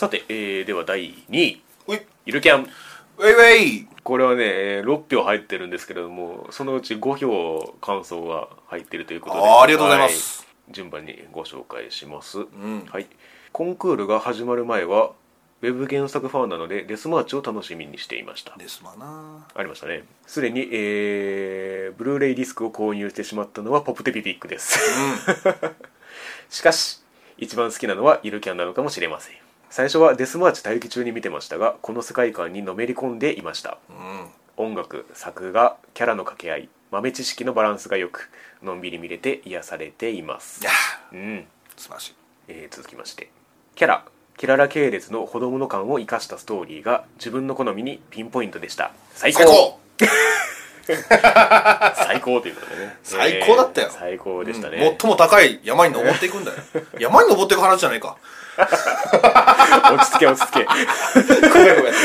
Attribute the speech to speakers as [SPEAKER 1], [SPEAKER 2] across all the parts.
[SPEAKER 1] さて、では第2位
[SPEAKER 2] うい
[SPEAKER 1] ゆるキャン。
[SPEAKER 2] ウェイウェイ。
[SPEAKER 1] これはね、6票入ってるんですけれども、そのうち5票感想が入っているということで、
[SPEAKER 2] ありがとうございます、
[SPEAKER 1] はい、順番にご紹介します、
[SPEAKER 2] はい。
[SPEAKER 1] コンクールが始まる前はウェブ原作ファンなのでデスマーチを楽しみにしていました。
[SPEAKER 2] デスマな
[SPEAKER 1] ありましたね。すでに、ブルーレイディスクを購入してしまったのはポプテピピックです、しかし一番好きなのはゆるキャンなのかもしれません。最初はデスマーチ待機中に見てましたが、この世界観にのめり込んでいました、音楽、作画、キャラの掛け合い、豆知識のバランスが良く、のんびり見れて癒されています。
[SPEAKER 2] いや、素晴らしい。
[SPEAKER 1] 続きまして、キララ系列の子供の感を生かしたストーリーが自分の好みにピンポイントでした。最高最高ということでね、
[SPEAKER 2] 最高だったよ。
[SPEAKER 1] 最高でしたね、
[SPEAKER 2] 最も高い山に登っていくんだよ山に登っていく話じゃないか
[SPEAKER 1] 落ち着け落ち着け
[SPEAKER 2] ごめんごめん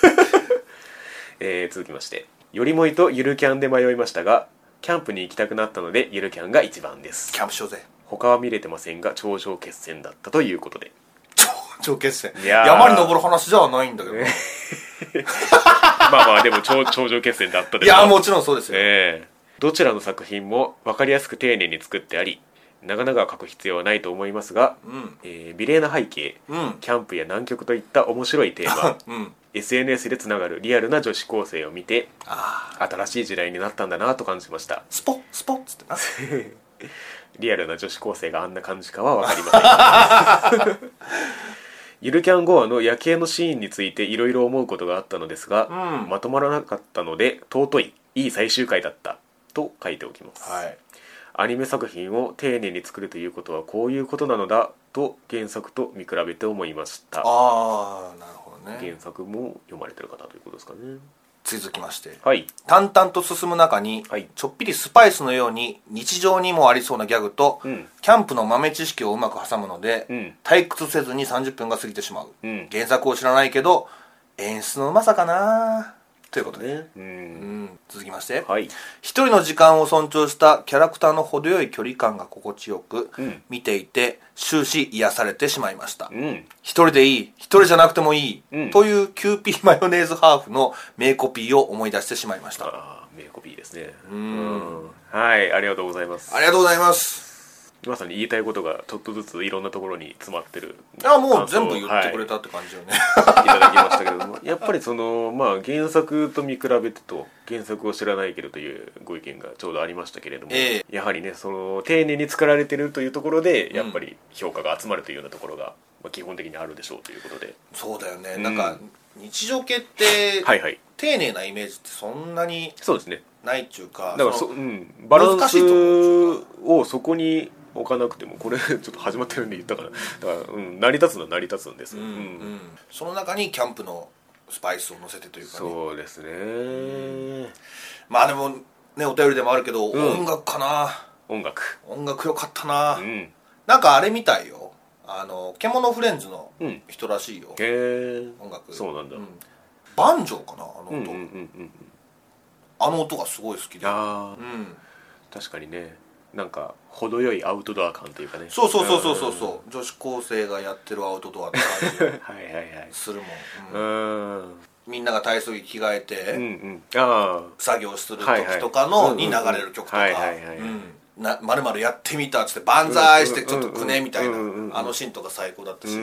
[SPEAKER 1] 続きまして、よりもいとゆるキャンで迷いましたがキャンプに行きたくなったのでゆるキャンが一番です。
[SPEAKER 2] キャンプしようぜ。他
[SPEAKER 1] は見れてませんが頂上決戦だったということで。
[SPEAKER 2] 頂上決戦、山に登る話じゃないんだけど
[SPEAKER 1] まあまあでも頂上決戦だったで。
[SPEAKER 2] いやもちろんそうですよ、
[SPEAKER 1] どちらの作品も分かりやすく丁寧に作ってあり長々書く必要はないと思いますが、美麗な背景、キャンプや南極といった面白いテーマ、SNS でつながるリアルな女子高生を見て新しい時代になったんだなと感じました。
[SPEAKER 2] スポッスポッつってな
[SPEAKER 1] リアルな女子高生があんな感じかは分かりませんゆるキャン5話の夜景のシーンについていろいろ思うことがあったのですが、まとまらなかったので尊いいい最終回だったと書いておきます、アニメ作品を丁寧に作るということはこういうことなのだと原作と見比べて思いました。
[SPEAKER 2] なるほどね。
[SPEAKER 1] 原作も読まれてる方ということですかね。
[SPEAKER 2] 続きまして、
[SPEAKER 1] 淡
[SPEAKER 2] 々と進む中に、ちょっぴりスパイスのように日常にもありそうなギャグと、キャンプの豆知識をうまく挟むので、退屈せずに30分が過ぎてしまう、原作を知らないけど演出のうまさかなということで、続きまして、一人の時間を尊重したキャラクターの程よい距離感が心地よく、見ていて終始癒されてしまいました、一人でいい、一人じゃなくてもいい、というキューピーマヨネーズハーフの名コピーを思い出してしまいました。
[SPEAKER 1] 名コピーですね。はい、ありがとうございます。
[SPEAKER 2] ありがとうございます。
[SPEAKER 1] まさに言いたいことがちょっとずついろんなところに詰まってる。
[SPEAKER 2] もう全部言ってくれたって感じよね、
[SPEAKER 1] いただきましたけれどもやっぱりその原作と見比べてと原作を知らないけどというご意見がちょうどありましたけれども、やはりねその丁寧に作られてるというところでやっぱり評価が集まるというようなところが基本的にあるでしょうということで。
[SPEAKER 2] そうだよね、なんか日常系って丁寧なイメージってそんなにないっちゅうか、
[SPEAKER 1] だからバランスをそこに置かなくてもこれちょっと始まってるんで言ったからだから、成り立つのは成り立つんですよ、
[SPEAKER 2] その中にキャンプのスパイスを乗せてというかね。
[SPEAKER 1] そうですね、
[SPEAKER 2] まあでもねお便りでもあるけど、音楽かな。
[SPEAKER 1] 音楽
[SPEAKER 2] 良かったな、なんかあれみたいよ、獣フレンズの人らしいよ、音楽。
[SPEAKER 1] そうなんだ、
[SPEAKER 2] バンジョーかな、あの音、あの音がすごい好きで。
[SPEAKER 1] 確かにね、なんか程よいアウトドア感というかね。
[SPEAKER 2] そう女子高生がやってるアウトドアって感じするもん。みんなが体操着着替えて作業する時とかのに流れる曲とか、まるまるやってみたっつって万歳してちょっとくねみたいなあのシーンとか最高だったし、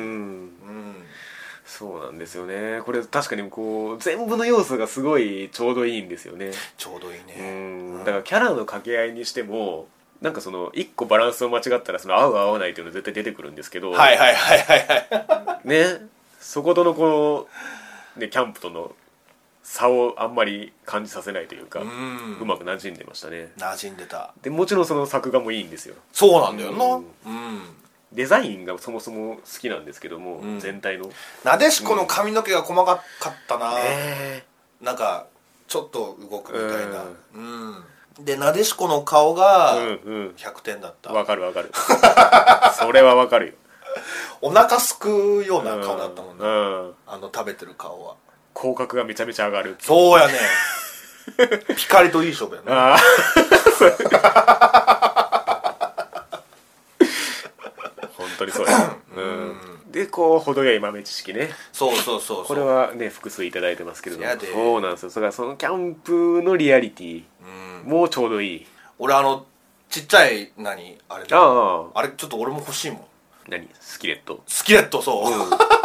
[SPEAKER 1] そうなんですよね。これ確かにこう全部の要素がすごいちょうどいいんですよね。
[SPEAKER 2] ちょうどいいね。
[SPEAKER 1] だからキャラの掛け合いにしてもなんかその一個バランスを間違ったらその合う合わないっていうの絶対出てくるんですけど、ね、そことのこの、ね、キャンプとの差をあんまり感じさせないというか、うまく馴染んでましたね。
[SPEAKER 2] 馴染んでた。
[SPEAKER 1] でもちろんその作画もいいんですよ。
[SPEAKER 2] そうなんだよな。
[SPEAKER 1] デザインがそもそも好きなんですけども、全体の
[SPEAKER 2] なでしこの髪の毛が細かかったな、なんかちょっと動くみたいな、でなでしこの顔が100点だった。
[SPEAKER 1] わかるそれはわかるよ。
[SPEAKER 2] お腹すくような顔だったもんね、食べてる顔は。
[SPEAKER 1] 口角がめちゃめちゃ上がる。
[SPEAKER 2] そうやねピカリといい勝負やね。本
[SPEAKER 1] 当にそうや、で構程よい豆知識ね。
[SPEAKER 2] そうそうそうそう、
[SPEAKER 1] これはね複数いただいてますけれども、
[SPEAKER 2] で
[SPEAKER 1] そうなんですよ。それからそのキャンプのリアリティ、もうちょうどいい。
[SPEAKER 2] 俺ちっちゃいあれあれちょっと俺も欲しいもん。
[SPEAKER 1] スキレット
[SPEAKER 2] そう、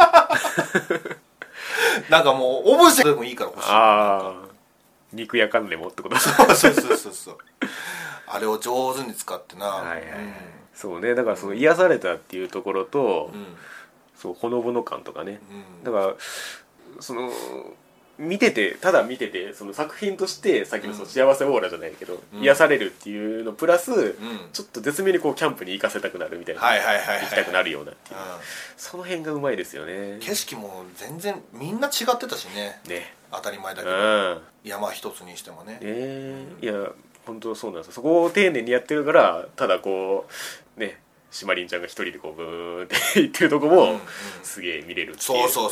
[SPEAKER 2] なんかもうオブジェでもいいから欲しい。
[SPEAKER 1] 肉焼かんでもってこと。
[SPEAKER 2] そうあれを上手に使ってな。
[SPEAKER 1] そうね、だからその癒されたっていうところと、そうほのぼの感とかね、だからそのただ見ててその作品としてさっきのその幸せオーラじゃないけど、癒されるっていうのプラス、ちょっと絶妙にこうキャンプに行かせたくなるみたいな、行きたくなるようなっていう、その辺がうまいですよね。
[SPEAKER 2] 景色も全然みんな違ってたしね。当たり前だけど、山一つにしてもね。
[SPEAKER 1] いや本当そうなんですよ。そこを丁寧にやってるから、ただこうねシマリンちゃんが一人でこうブーンって言ってるとこもすげえ見れるっていう。
[SPEAKER 2] そう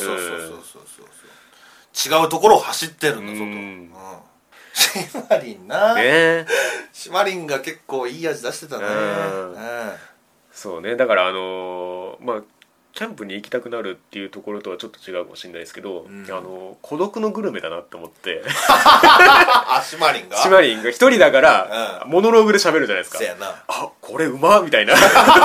[SPEAKER 2] 違うところを走ってるんだぞと。シマリンな、シマリンが結構いい味出してたね。
[SPEAKER 1] そうね、だからまあキャンプに行きたくなるっていうところとはちょっと違うかもしれないですけど、孤独のグルメだなって思って
[SPEAKER 2] シマリンが
[SPEAKER 1] 一人だから、モノローグで喋るじゃないですか。これうまみたいな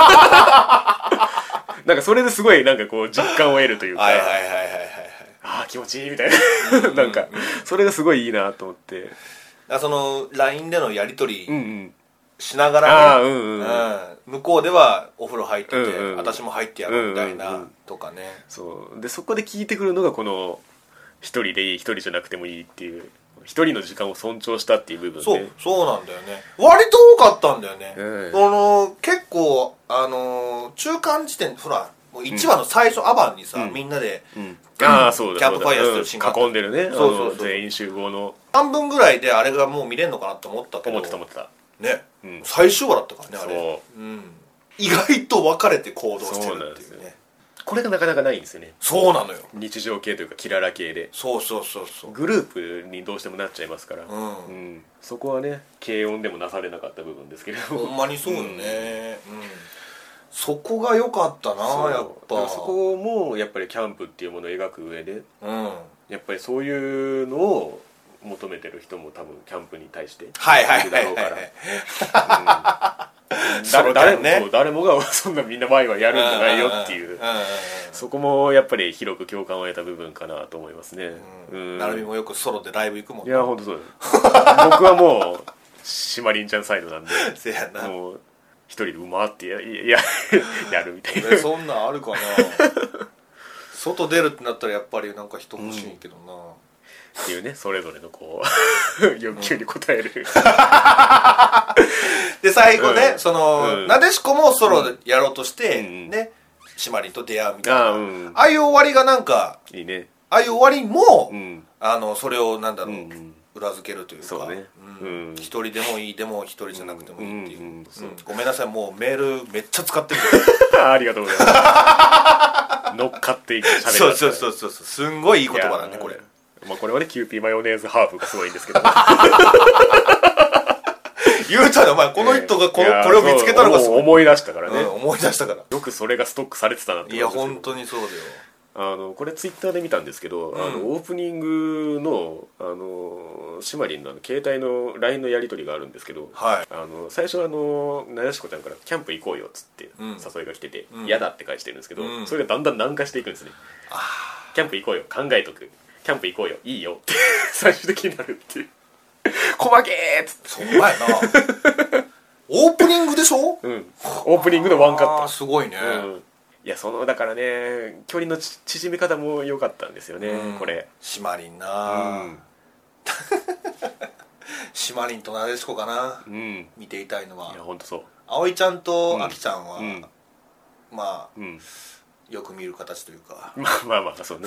[SPEAKER 1] なんかそれですごいなんかこう実感を得るというか、気持ちいいみたいななんかそれがすごいいいなと思って、
[SPEAKER 2] その LINE でのやり取りしながらね、向こうではお風呂入ってて、私も入ってやるみたいなとかね。
[SPEAKER 1] そうで、そこで聞いてくるのがこの一人でいい、一人じゃなくてもいいっていう、一人の時間を尊重したっていう部分で、
[SPEAKER 2] そうなんだよね。割と多かったんだよね。結構中間地点、ほらもう1話の最初、アバンにさ、みんなでキャンプファイヤーするシーンが
[SPEAKER 1] 囲んでるね。全員集合の
[SPEAKER 2] 半分ぐらいであれがもう見れるのかなって思ったけど、
[SPEAKER 1] 思ってた
[SPEAKER 2] ね、最終話だったからね、あれ。意外と分かれて行動してるっていうね。
[SPEAKER 1] これがなかなかないんですよね。
[SPEAKER 2] そうなのよ。
[SPEAKER 1] 日常系というかキララ系で、
[SPEAKER 2] そう
[SPEAKER 1] グループにどうしてもなっちゃいますから、そこはね軽音でもなされなかった部分ですけれども、
[SPEAKER 2] ほんまにそうよね。そこが良かったな。やっぱ
[SPEAKER 1] そこもやっぱりキャンプっていうものを描く上で、やっぱりそういうのを求めてる人も多分キャンプに対しているだろうから、誰もがそんなみんなワイワイやるんじゃないよっていう、そこもやっぱり広く共感を得た部分かなと思いますね。
[SPEAKER 2] なるみもよくソロでライブ行くもんね。
[SPEAKER 1] いや本当そうです僕はもうシマリンちゃんサイドなんで
[SPEAKER 2] せやな、
[SPEAKER 1] もう一人でうまってやるみたいな。
[SPEAKER 2] そんなんあるかな外出るってなったらやっぱりなんか人欲しいけどな、
[SPEAKER 1] っていうね、それぞれのこう欲求に応える
[SPEAKER 2] で最後ね、そのなでしこもソロでやろうとしてね、シマリンと出会うみたいな、ああいう終わりがなんか
[SPEAKER 1] いいね。
[SPEAKER 2] ああいう終わりもそれをなんだろう、裏付けるというか、一人でもいい、でも一人じゃなくてもいいっていう。ごめんなさい、もうメールめっちゃ使ってる
[SPEAKER 1] ありがとうございます乗っかっていく喋り方。
[SPEAKER 2] そうすんごいいい言葉なんでこれ。
[SPEAKER 1] まあこれはね、キューピーマヨネーズハーフがすごいんですけど
[SPEAKER 2] 言うたらお前この人がこれを見つけたのがすごい。
[SPEAKER 1] 思い出したからね、
[SPEAKER 2] 思い出したから。
[SPEAKER 1] よくそれがストックされてたなって。
[SPEAKER 2] いや本当にそうだよ。
[SPEAKER 1] これツイッターで見たんですけど、オープニングのシマリンの携帯の LINE のやり取りがあるんですけど、最初なでしこちゃんからキャンプ行こうよっつって誘いが来てて、嫌だって返してるんですけど、それがだんだん軟化していくんですね。キャンプ行こうよ、考えとく、キャンプ行こうよ、いいよって最終的になるっていう細けーっつって。
[SPEAKER 2] そうやなオープニングでしょ。
[SPEAKER 1] オープニングのワンカット
[SPEAKER 2] すごいね。
[SPEAKER 1] いやだからね、距離の縮め方も良かったんですよね、これ。
[SPEAKER 2] シマリンな、シマリンとなでしこかな、見ていたいのは。
[SPEAKER 1] いや本当そう。
[SPEAKER 2] 葵ちゃんとあきちゃんは、まあ、よく見る形というか、
[SPEAKER 1] まあそうね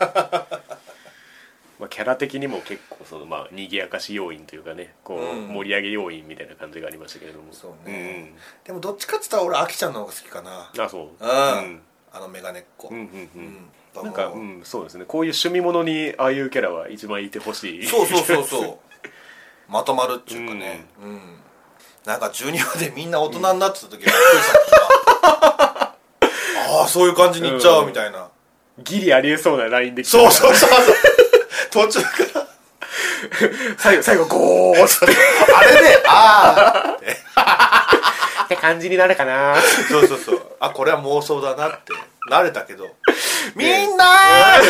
[SPEAKER 1] まあキャラ的にも結構賑やかし要因というかね、こう盛り上げ要因みたいな感じがありましたけれども。
[SPEAKER 2] そうね、でもどっちかって言ったら俺あきちゃんの方が好きかな。メガネっ子。
[SPEAKER 1] なんかそうですね、こういう趣味物にああいうキャラは一番いてほしい。
[SPEAKER 2] そうまとまるっていうかね。なんか12話でみんな大人になってた時はびっくりしたけどな。 ああそういう感じにいっちゃうみたいな、
[SPEAKER 1] ギリありえそうなラインでき
[SPEAKER 2] そう途中から
[SPEAKER 1] 最後ゴーッつって
[SPEAKER 2] あれでああ
[SPEAKER 1] って感じになるかな。
[SPEAKER 2] そうあこれは妄想だなって慣れたけどみんなー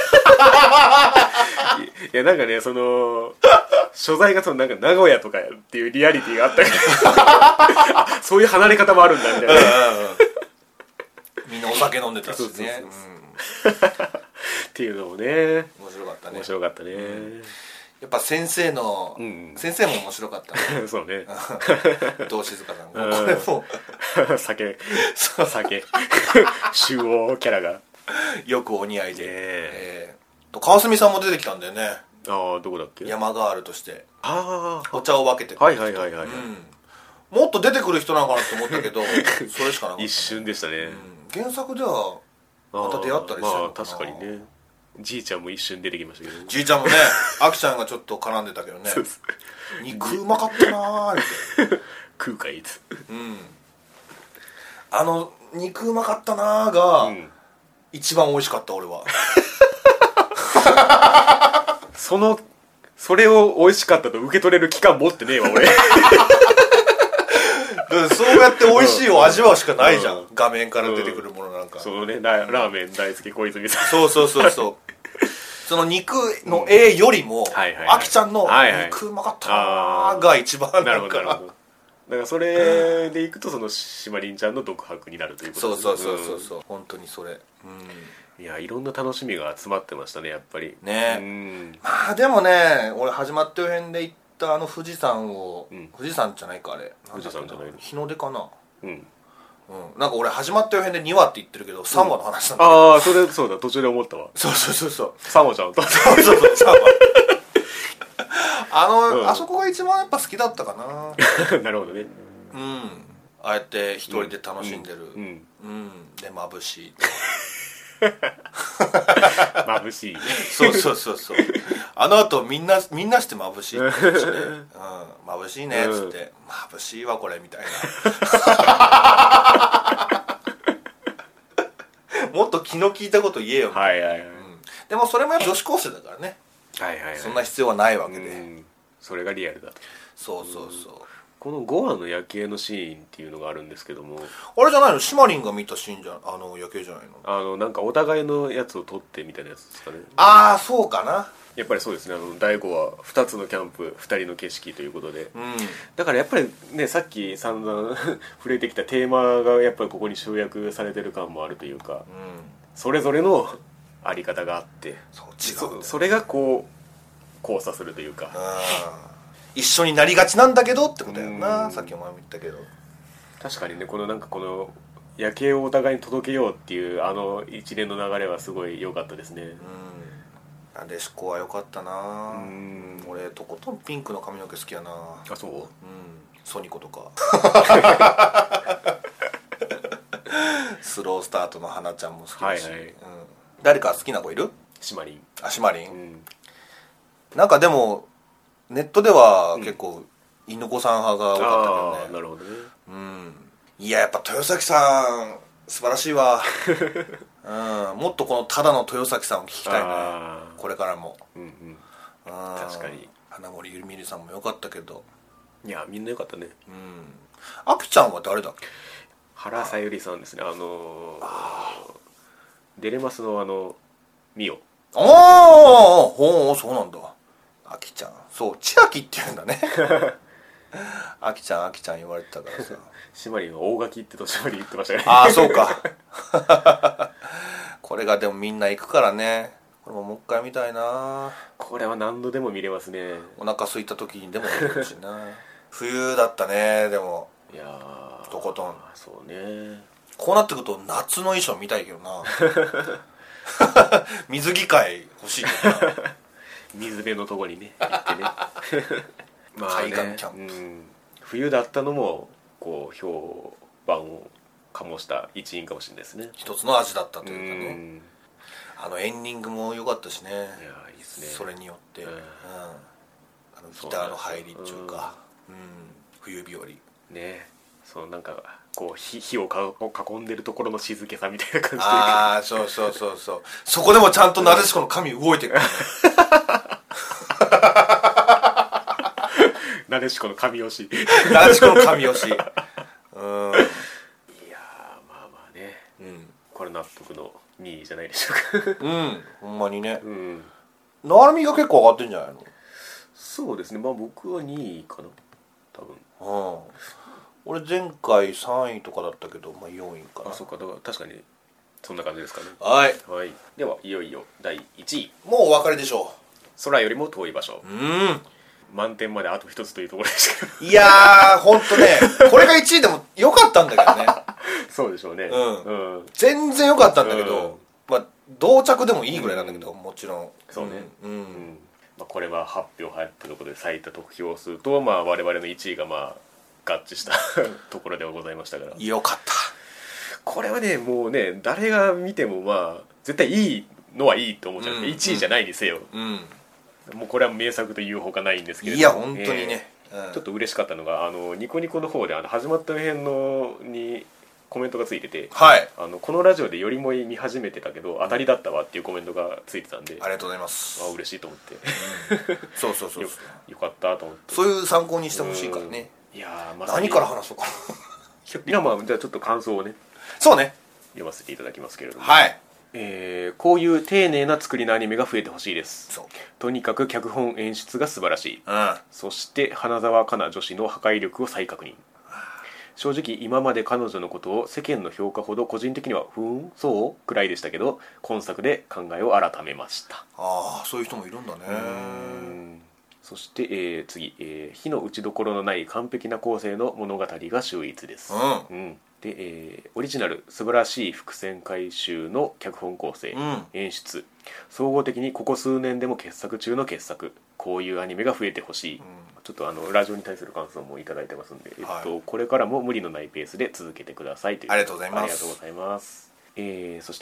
[SPEAKER 1] っていやなんかねその所在がそのなんか名古屋とかっていうリアリティがあったからそういう離れ方もあるんだみたいな
[SPEAKER 2] みんなお酒飲んでたしね
[SPEAKER 1] っていうのもね
[SPEAKER 2] 面白かったね。
[SPEAKER 1] 面白かったね、
[SPEAKER 2] やっぱ先生の、先生も面白かったね
[SPEAKER 1] そうね
[SPEAKER 2] 伊藤静香さんこれも
[SPEAKER 1] 酒集合キャラが
[SPEAKER 2] よくお似合いで、川澄さんも出てきたんだよね。
[SPEAKER 1] ああどこだっけ。
[SPEAKER 2] 山ガールとして
[SPEAKER 1] ああ
[SPEAKER 2] お茶を分けてく
[SPEAKER 1] はい
[SPEAKER 2] る人、
[SPEAKER 1] も
[SPEAKER 2] っと出てくる人なのかなと思ったけどそれしかなかった、
[SPEAKER 1] 一瞬でしたね、
[SPEAKER 2] 原作ではまた出会ったりしてるのかな。
[SPEAKER 1] 確かにねじいちゃんも一瞬出てきましたけど、
[SPEAKER 2] じいちゃんもねあきちゃんがちょっと絡んでたけどね肉うまかったなーって
[SPEAKER 1] 食うかいつ
[SPEAKER 2] あの肉うまかったなーが、一番美味しかった俺は
[SPEAKER 1] それを美味しかったと受け取れる期間持ってねえわ俺
[SPEAKER 2] そうやって美味しいを味わうしかないじゃん、画面から出てくるものなんか、
[SPEAKER 1] そのねラーメン大好き小泉さん
[SPEAKER 2] そうその肉の絵よりも、あきちゃんの肉うまかったなが一番なんか、
[SPEAKER 1] なるほどだからそれでいくとそのしまりんちゃんの独白になるということです
[SPEAKER 2] そう、本当にそれ、
[SPEAKER 1] いやいろんな楽しみが詰まってましたねやっぱり
[SPEAKER 2] ね。まあでもね俺始まった辺で行ったあの富士山を、富士山じゃないかあれ、
[SPEAKER 1] 富士山じゃないの
[SPEAKER 2] 日の出かな、なんか俺始まった辺で2話って言ってるけど3話の話なんだ、
[SPEAKER 1] ああそうだ途中で思ったわ
[SPEAKER 2] そう
[SPEAKER 1] 3話ちゃんと
[SPEAKER 2] そう3話あそこが一番やっぱ好きだったかな
[SPEAKER 1] なるほどね
[SPEAKER 2] ああやって一人で楽しんでるで眩しい
[SPEAKER 1] 眩しいね
[SPEAKER 2] そうあの後みんなして眩しいって言ってね眩しいねっつって眩しいわこれみたいなもっと気の利いたこと言えよみたいな、でもそれも女子高生だからね、そんな必要はないわけで、
[SPEAKER 1] それがリアルだと。
[SPEAKER 2] そう
[SPEAKER 1] この5話の夜景のシーンっていうのがあるんですけども、
[SPEAKER 2] あれじゃないの、シマリンが見たシーンじゃあの夜景じゃないの、
[SPEAKER 1] なんかお互いのやつを撮ってみたいなやつですかね。
[SPEAKER 2] ああそうかな、
[SPEAKER 1] やっぱりそうですね。第5話2つのキャンプ2人の景色ということで、だからやっぱりねさっき散々触れてきたテーマがやっぱりここに集約されてる感もあるというか、それぞれのあり方があって、それがこう交差するというか、
[SPEAKER 2] 一緒になりがちなんだけどってことやんな、さっきお前も言ったけど。
[SPEAKER 1] 確かにね、この夜景をお互いに届けようっていう一連の流れはすごい良かったですね。
[SPEAKER 2] なでしこは良かったな。俺とことんピンクの髪の毛好きやな。
[SPEAKER 1] あ、そう？
[SPEAKER 2] ソニコとかスロースタートの花ちゃんも好きだし、誰か好きな子いる？
[SPEAKER 1] シマリン。
[SPEAKER 2] あ、シマリン、なんかでもネットでは結構犬子さん派が多かったけどね。
[SPEAKER 1] なるほどね。
[SPEAKER 2] いや、やっぱ豊崎さん素晴らしいわもっとこのただの豊崎さんを聞きたいね、これからも。
[SPEAKER 1] 確かに
[SPEAKER 2] 花森ゆみりさんも良かったけど、
[SPEAKER 1] いやみんな良かったね。
[SPEAKER 2] あきちゃんは誰だっけ？
[SPEAKER 1] 原さゆりさんですね。デレマスのミオ。
[SPEAKER 2] そうなんだ。あきちゃん、そう千秋って言うんだねあきちゃん言われてたからさ
[SPEAKER 1] シマリンは大垣ってとシマリン言ってましたね。
[SPEAKER 2] ああそうかこれがでもみんな行くからね。これもう一回見たいな。
[SPEAKER 1] これは何度でも見れますね。
[SPEAKER 2] お腹空いた時にでも見れるしな冬だったね。でも
[SPEAKER 1] いや
[SPEAKER 2] とことん。
[SPEAKER 1] そうね。
[SPEAKER 2] こうなってくると夏の衣装見たいけどな水着会欲しいけどな
[SPEAKER 1] 水辺のとこにね行ってね
[SPEAKER 2] まあね、海岸キャンプ、
[SPEAKER 1] 冬だったのもこう評判を醸した一因かもしれないですね。
[SPEAKER 2] 一つの味だったというかね。エンディングも良かったしね。いや
[SPEAKER 1] いいですね。
[SPEAKER 2] それによって、ギターの入りっていうか、冬日和
[SPEAKER 1] ね。そのなんかこう火を囲んでるところの静けさみたいな感じで、
[SPEAKER 2] ああそうそこでもちゃんとなでしこの髪動いてるからね
[SPEAKER 1] なでしこの神押し
[SPEAKER 2] なでしこの神押しいや
[SPEAKER 1] まあね、これ納得の2位じゃないでしょうか
[SPEAKER 2] ほんまにね、なるみが結構上がってんじゃないの。
[SPEAKER 1] そうですね、まあ僕は2位かな多分。
[SPEAKER 2] 俺前回3位とかだったけど、まあ、4位かな。
[SPEAKER 1] あ、そうか、だから確かにそんな感じですかね。
[SPEAKER 2] はい、
[SPEAKER 1] ではいよいよ第1位、
[SPEAKER 2] もうお別れでしょ
[SPEAKER 1] う。空よりも遠い場所。満点まであと一つというところでしたけど
[SPEAKER 2] いやーほんとねこれが1位でもよかったんだけどね
[SPEAKER 1] そうでしょうね、
[SPEAKER 2] 全然よかったんだけど、まあ同着でもいいぐらいなんだけど、もちろん
[SPEAKER 1] そうね、まあ、これは発表入ったところで最多得票数と、まあ、我々の1位がまあ合致したところではございましたから、
[SPEAKER 2] よかった。
[SPEAKER 1] これはねもうね誰が見てもまあ絶対いいのはいいと思っちゃう、1位じゃないにせよ、もうこれは名作というほかないんですけれども、
[SPEAKER 2] いや本当にね、
[SPEAKER 1] ちょっと嬉しかったのがニコニコの方で始まった辺のにコメントがついてて、このラジオでよりも見始めてたけど当たりだったわっていうコメントがついてたんで、
[SPEAKER 2] ありがとうございます。
[SPEAKER 1] 嬉しいと思って、
[SPEAKER 2] そう
[SPEAKER 1] よかったと思って、
[SPEAKER 2] そういう参考にしてほしいからね。
[SPEAKER 1] いやまさに
[SPEAKER 2] 何から話そうか
[SPEAKER 1] ないやまあじゃあちょっと感想をね
[SPEAKER 2] そうね
[SPEAKER 1] 読ませていただきますけれども、
[SPEAKER 2] こ
[SPEAKER 1] ういう丁寧な作りのアニメが増えてほしいです。
[SPEAKER 2] そう
[SPEAKER 1] とにかく脚本演出が素晴らしい、そして花澤香菜女子の破壊力を再確認。正直今まで彼女のことを世間の評価ほど個人的にはそうくらいでしたけど、今作で考えを改めました。
[SPEAKER 2] ああそういう人もいるんだね。
[SPEAKER 1] そして、次、火の打ちどころのない完璧な構成の物語が秀逸です、で、オリジナル素晴らしい伏線回収の脚本構成、演出、総合的にここ数年でも傑作中の傑作。こういうアニメが増えてほしい、ちょっとラジオに対する感想もいただいてますんで、これからも無理のないペースで続けてくださいという。
[SPEAKER 2] ありがとうございます。
[SPEAKER 1] ありがとうございます。そして、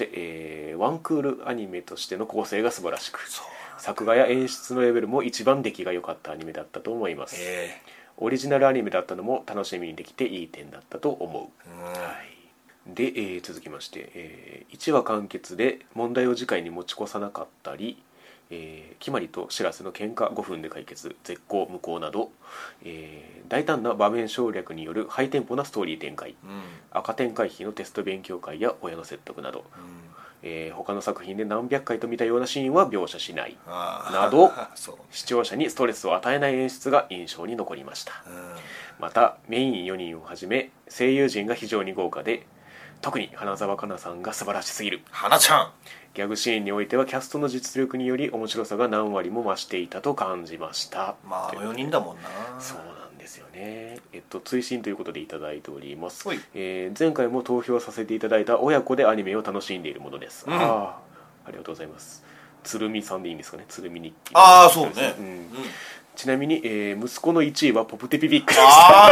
[SPEAKER 1] ワンクールアニメとしての構成が素晴らしく、作画や演出のレベルも一番出来が良かったアニメだったと思います、オリジナルアニメだったのも楽しみにできていい点だったと思う、で、続きまして、1話完結で問題を次回に持ち越さなかったり、決まりとしらすの喧嘩5分で解決、絶好無効など、大胆な場面省略によるハイテンポなストーリー展開、赤点回避のテスト勉強会や親の説得など、他の作品で何百回と見たようなシーンは描写しないなど視聴者にストレスを与えない演出が印象に残りました、またメイン4人をはじめ声優陣が非常に豪華で、特に花澤香菜さんが素晴らしすぎる。
[SPEAKER 2] 花ちゃん
[SPEAKER 1] ギャグシーンにおいてはキャストの実力により面白さが何割も増していたと感じました。
[SPEAKER 2] まあ4人だもんな。
[SPEAKER 1] そうなんですよね。追伸ということでいただいております、前回も投票させていただいた親子でアニメを楽しんでいるものです、ありがとうございます。鶴見さんでいいんですかね、鶴見日記。
[SPEAKER 2] そうね、
[SPEAKER 1] ちなみに、息子の1位はポプテピピックです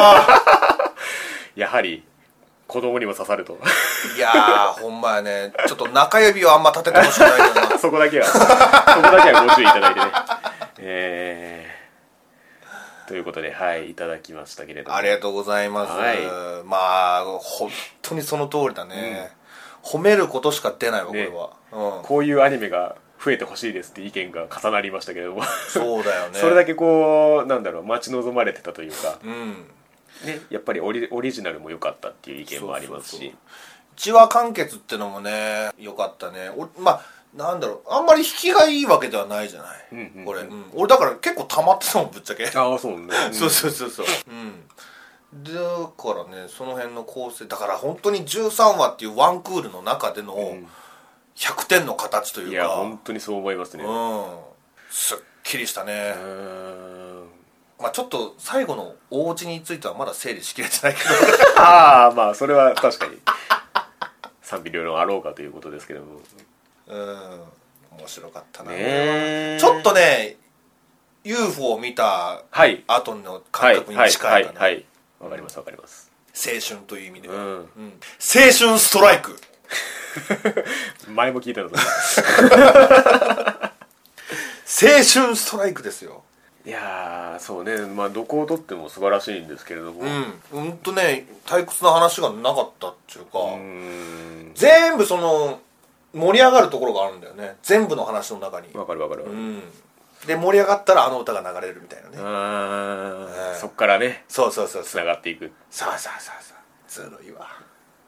[SPEAKER 1] やはり子供にも刺さると
[SPEAKER 2] いやーほんまやね、ちょっと中指をあんま立ててほしくないけどな
[SPEAKER 1] そこだけはご注意いただいてねということでいただきましたけれども、
[SPEAKER 2] ありがとうございます、まあ本当にその通りだね、褒めることしか出ないわこれは、
[SPEAKER 1] こういうアニメが増えてほしいですって意見が重なりましたけれども
[SPEAKER 2] そうだよね
[SPEAKER 1] それだけこう待ち望まれてたというか、やっぱりオリジナルも良かったっていう意見もありますし、
[SPEAKER 2] 1話完結ってのもね良かったね。まあなんだろう、あんまり引きがいいわけではないじゃない、これ、俺だから結構溜まってたもんぶっちゃけ。
[SPEAKER 1] そうね、
[SPEAKER 2] そうだからね、その辺の構成だから本当に13話っていうワンクールの中での100点の形というか、
[SPEAKER 1] いや本当にそう思いますね、
[SPEAKER 2] すっきりしたね。まあちょっと最後のお家についてはまだ整理しきれてないけど
[SPEAKER 1] まあそれは確かに賛否両論あろうかということですけども、
[SPEAKER 2] 面白かったな、ちょっとね UFO を見た後の感覚に近いかな。
[SPEAKER 1] わかりますわかります。
[SPEAKER 2] 青春という意味では、青春ストライク
[SPEAKER 1] 前も聞いたの
[SPEAKER 2] 青春ストライクですよ。
[SPEAKER 1] いやそうね、まあどこをとっても素晴らしいんですけれども、
[SPEAKER 2] ね退屈な話がなかったっていうか、全部その盛り上がるところがあるんだよね、全部の話の中に。
[SPEAKER 1] わかる、
[SPEAKER 2] で盛り上がったらあの歌が流れるみたいなね。
[SPEAKER 1] そっからね、
[SPEAKER 2] そう
[SPEAKER 1] つながっていく。
[SPEAKER 2] そうずるいわ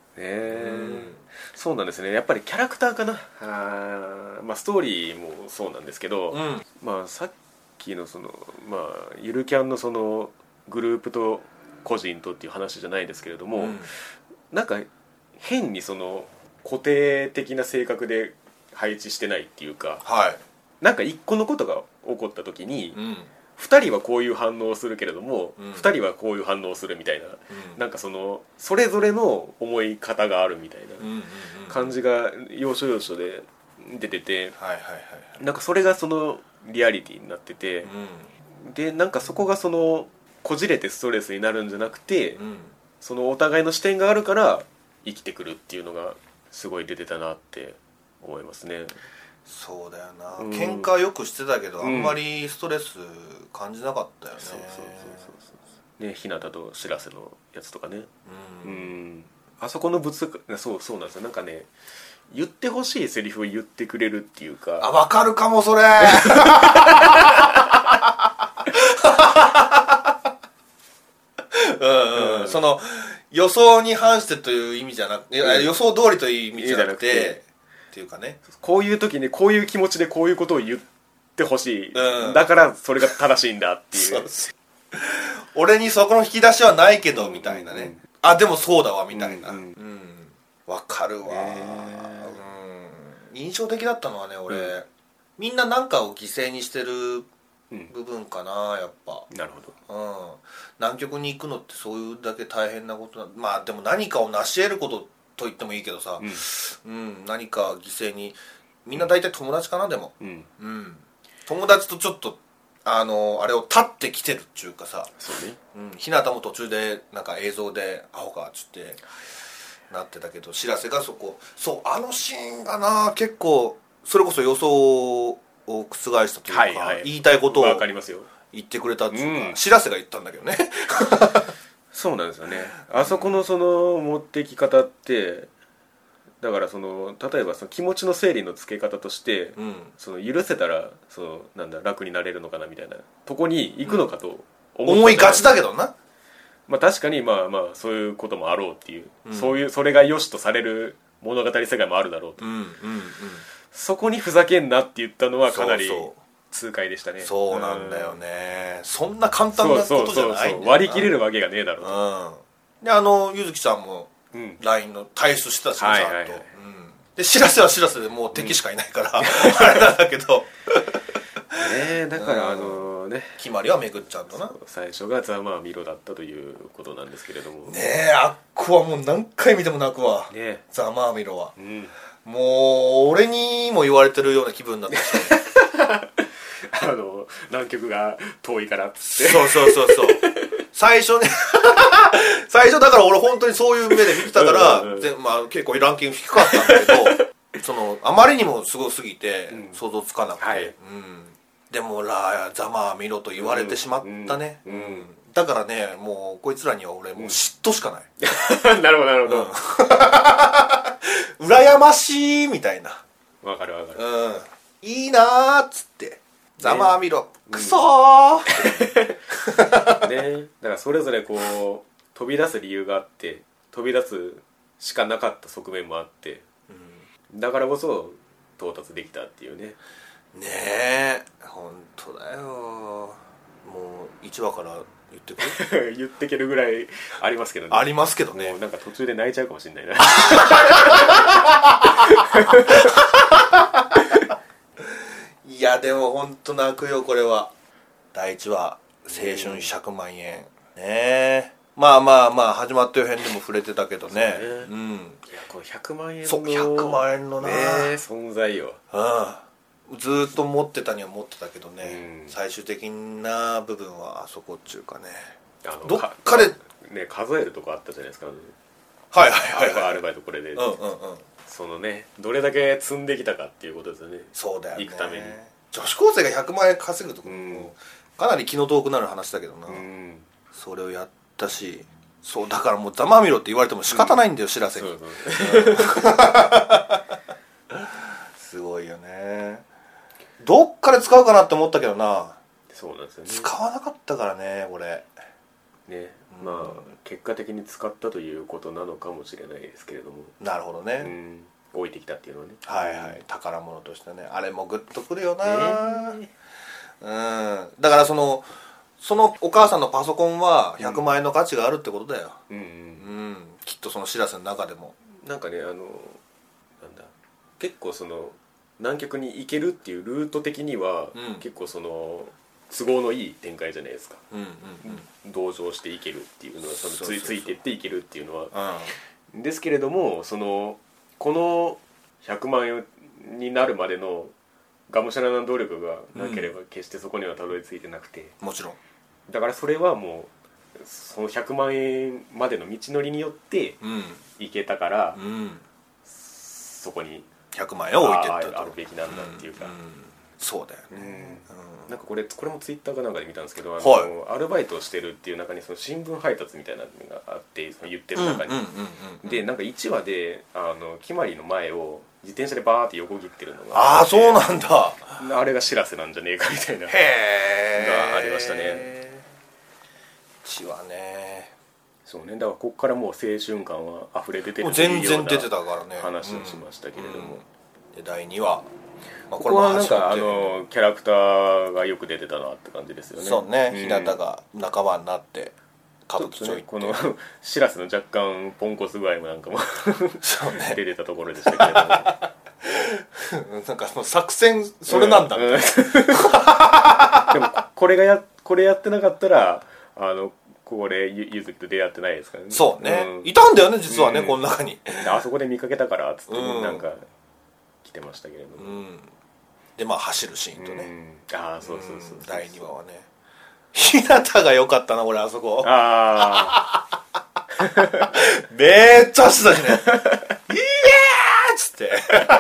[SPEAKER 1] そうなんですね。やっぱりキャラクターかな。まあストーリーもそうなんですけど、まあさっきのそのまあゆるキャンのそのグループと個人とっていう話じゃないですけれども、なんか変にその固定的な性格で配置してないっていうか、なんか一個のことが起こった時に、2人はこういう反応をするけれども、2人はこういう反応をするみたいな、なんかそのそれぞれの思い方があるみたいな感じが要所要所で出てて、なんかそれがそのリアリティになってて、でなんかそこがそのこじれてストレスになるんじゃなくて、そのお互いの視点があるから生きてくるっていうのがすごい出てたなって思いますね。
[SPEAKER 2] そうだよな、喧嘩よくしてたけど、あんまりストレス感じなかったよね。
[SPEAKER 1] ね、日向としらせのやつとかね、あそこのそうなんですよ。なんかね、言ってほしいセリフを言ってくれるっていうか、
[SPEAKER 2] わかるかもそれその予想に反してという意味じゃなくて、予想通りという意味じゃなくてっていうかね、
[SPEAKER 1] こういう時にこういう気持ちでこういうことを言ってほしい、だからそれが正しいんだっていう
[SPEAKER 2] 俺にそこの引き出しはないけどみたいなね、でもそうだわみたいな、わかるわ。印象的だったのはね、俺、みんな何かを犠牲にしてる部分かな、やっぱ。
[SPEAKER 1] なるほど。
[SPEAKER 2] 南極に行くのってそういうだけ大変なことな、まあでも何かを成し得ることと言ってもいいけどさ、何か犠牲に、みんな大体友達かな、でも、友達とちょっとあれを立ってきてるっていうかさ、日向も途中でなんか映像でアホかっつってなってたけど、しらせがあのシーンがな、結構それこそ予想を覆したというか、言いたいことを言ってくれたっていうか、しらせが言ったんだけどね
[SPEAKER 1] そうなんですよね。あそこのその持ってき方って、だからその例えばその気持ちの整理のつけ方として、その許せたらそのなんだ楽になれるのかなみたいなとこに行くのかと
[SPEAKER 2] 思いがちだけどな。
[SPEAKER 1] まあ確かにまあそういうこともあろうっていう、それが良しとされる物語世界もあるだろうと、そこにふざけんなって言ったのはかなり痛快でしたね。
[SPEAKER 2] そうなんだよね、そんな簡単なことじゃないんだよな。
[SPEAKER 1] 割り切れるわけがねえだろう
[SPEAKER 2] と。でゆずきさんも LINE の退出してたし、ちゃんと、でしらせはしらせでもう敵しかいないから、あれなんだけど
[SPEAKER 1] だから
[SPEAKER 2] 決まりはめぐっちゃんとな。
[SPEAKER 1] 最初がざまあみろだったということなんですけれども
[SPEAKER 2] ね、あっこはもう何回見ても泣くわ、ざまあみろは、もう俺にも言われてるような気分だったし
[SPEAKER 1] 南極が遠いからっつって、
[SPEAKER 2] そう最初ね最初だから俺本当にそういう目で見てたから、結構ランキング低かったんだけどあまりにもすごすぎて想像つかなくて、でもざまあみろと言われてしまったね、だからね、もうこいつらには俺もう嫉妬しかない
[SPEAKER 1] なるほどなるほど、
[SPEAKER 2] 羨ましいみたいな。
[SPEAKER 1] わかる
[SPEAKER 2] いいなーっつってざまあみろ、くそー
[SPEAKER 1] ね、だからそれぞれこう飛び出す理由があって、飛び出すしかなかった側面もあって、だからこそ到達できたっていうね。
[SPEAKER 2] ねえ、本当だよ。もう1話から言ってくる
[SPEAKER 1] 言ってけるぐらいありますけどね。
[SPEAKER 2] ありますけどね。
[SPEAKER 1] もうなんか途中で泣いちゃうかもしれないな
[SPEAKER 2] いやでも本当泣くよこれは。第1話青春100万円ねえ、まあ始まったよ編でも触れてたけどね、いや
[SPEAKER 1] この100万円の
[SPEAKER 2] そう100万円のな、
[SPEAKER 1] 存在よ。
[SPEAKER 2] ずーっと持ってたには持ってたけどね、最終的な部分はあそこっちゅうかね、どっかで
[SPEAKER 1] ね数えるとこあったじゃないですか。アルバイトこれで、そのねどれだけ積んできたかっていうことですよね。
[SPEAKER 2] そうだよね、
[SPEAKER 1] 行くために
[SPEAKER 2] 女子高生が100万円稼ぐとかもかなり気の遠くなる話だけどな、それをやったし、そうだからもうざまみろって言われても仕方ないんだよ、知らせに。すごいよね。どっかで使うかなって思ったけどな。
[SPEAKER 1] そうなんですよね。
[SPEAKER 2] 使わなかったからね俺
[SPEAKER 1] ね。まあ結果的に使ったということなのかもしれないですけれども。
[SPEAKER 2] なるほどね、
[SPEAKER 1] 置いてきたっていうのはね。
[SPEAKER 2] はいはい、宝物としてね、あれもグッとくるよな、だからそのお母さんのパソコンは100万円の価値があるってことだよ。きっとその知らせの中でも
[SPEAKER 1] なんかね、なんだ、結構その南極に行けるっていうルート的には、結構その都合のいい展開じゃないですか。同乗して行けるっていうのは、そのついてって行けるっていうのは、ですけれども、この100万円になるまでのがむしゃらな努力がなければ決してそこにはたどり着いてなくて、
[SPEAKER 2] もちろん
[SPEAKER 1] だからそれはもうその100万円までの道のりによって行けたから、そこに
[SPEAKER 2] 100万円を置いてったと
[SPEAKER 1] あるべきなんだっていうか、
[SPEAKER 2] そうだよね。
[SPEAKER 1] なんかこれもツイッターかなんかで見たんですけど、アルバイトをしてるっていう中にその新聞配達みたいなのがあって、その言ってる中にで、なんか1話で決まりの前を自転車でバーって横切ってるのが
[SPEAKER 2] そうなんだ。
[SPEAKER 1] あれが知らせなんじゃねえかみたいながありましたね。
[SPEAKER 2] 1話ね。
[SPEAKER 1] そうね、だからここからもう青春感は溢れ出てる
[SPEAKER 2] というような
[SPEAKER 1] 話をしましたけれども、
[SPEAKER 2] で第2話、
[SPEAKER 1] ここはなんかキャラクターがよく出てたなって感じですよね。
[SPEAKER 2] そうね、日向が仲間になって歌舞伎町行って、
[SPEAKER 1] このしらせの若干ポンコツ具合もなんかも出てたところでしたけれども
[SPEAKER 2] なんか作戦それなんだ、で
[SPEAKER 1] もこれやってなかったらこれゆずきと出会ってないですからね。
[SPEAKER 2] そうね、いたんだよね実はね、この中に。
[SPEAKER 1] あそこで見かけたからっつって、なんか来てましたけれども、
[SPEAKER 2] でまあ走るシーンとね、
[SPEAKER 1] そう
[SPEAKER 2] 第2話はね、日向が良かったな俺、あそこめっちゃ走ったしねイエーっつって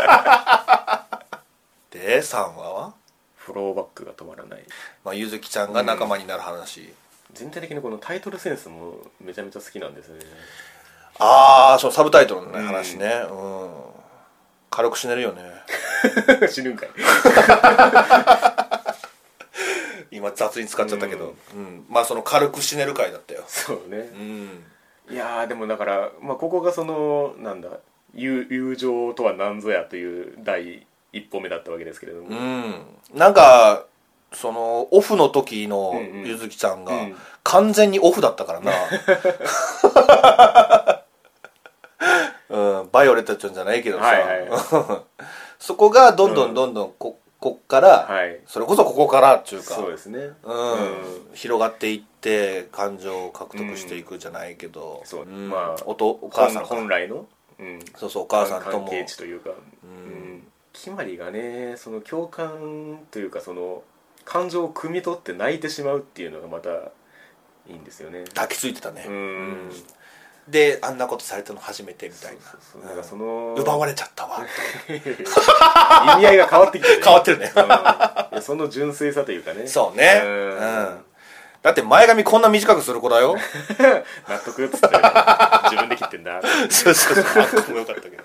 [SPEAKER 2] で3話は
[SPEAKER 1] フローバックが止まらない、
[SPEAKER 2] ゆずきちゃんが仲間になる話、
[SPEAKER 1] 全体的にこのタイトルセンスもめちゃめちゃ好きなんですね。
[SPEAKER 2] そうサブタイトルのね、話ね、軽く死ねるよね
[SPEAKER 1] 死ぬんかい
[SPEAKER 2] 今雑に使っちゃったけど、まあその軽く死ねる回だったよ。
[SPEAKER 1] そうね、いやでもだから、ここがそのなんだ友情とは何ぞやという第一歩目だったわけですけれども、
[SPEAKER 2] なんかそのオフの時のゆずきちゃんが完全にオフだったからな、バイオレットちゃんじゃないけどさ、そこがどんどんこっから、それこそここからっていうか、
[SPEAKER 1] そうですね、
[SPEAKER 2] 広がっていって感情を獲得していくじゃないけど、お母さん
[SPEAKER 1] 本来の、
[SPEAKER 2] そうお母さんとも
[SPEAKER 1] 関係値というか、決まりがね、その共感というか、その感情を汲み取って泣いてしまうっていうのがまたいいんですよね。
[SPEAKER 2] 抱きついてたね。であんなことされたの初めてみたいな、
[SPEAKER 1] なんかその
[SPEAKER 2] 奪われちゃったわ
[SPEAKER 1] 意味合いが変わってきて、
[SPEAKER 2] 変わってるね
[SPEAKER 1] その純粋さというかね。
[SPEAKER 2] そうね、だって前髪こんな短くする子だよ
[SPEAKER 1] 納得っつって自分で切ってんだ
[SPEAKER 2] そうあっこもよかったけど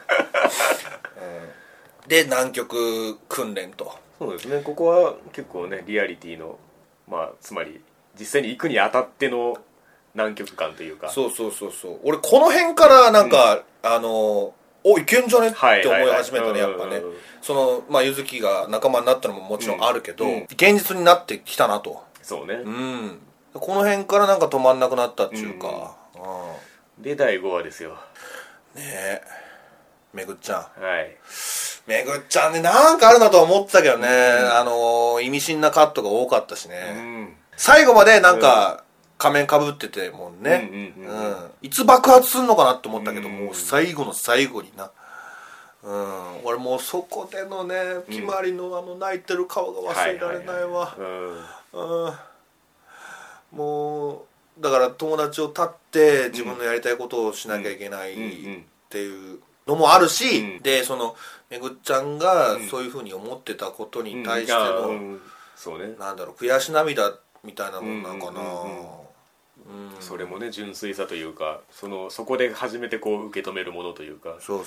[SPEAKER 2] で南極訓練と。
[SPEAKER 1] そうですね、ここは結構ねリアリティのつまり実際に行くにあたっての南極感というか、
[SPEAKER 2] そう俺この辺からなんか、いけんじゃねって思い始めたね、やっぱね。そのゆずきが仲間になったのももちろんあるけど、現実になってきたなと。
[SPEAKER 1] そうね、
[SPEAKER 2] この辺からなんか止まんなくなったっていうか、
[SPEAKER 1] で第5話ですよ
[SPEAKER 2] ねえ、めぐっちゃん、
[SPEAKER 1] はい
[SPEAKER 2] めぐっちゃんね、なんかあるなとは思ってたけどね、意味深なカットが多かったしね、最後までなんか、仮面かぶっててもんね、いつ爆発すんのかなって思ったけど、もう最後の最後にな、俺もうそこでのね決まりの泣いてる顔が忘れられないわ。もうだから友達を絶って自分のやりたいことをしなきゃいけないっていうのもあるし、でそのめぐっちゃんがそういうふうに思ってたことに対しての、
[SPEAKER 1] そうね、
[SPEAKER 2] なんだろう、悔し涙みたいなもんなんかな、
[SPEAKER 1] それもね純粋さというか、そこで初めてこう受け止めるものというか、
[SPEAKER 2] そう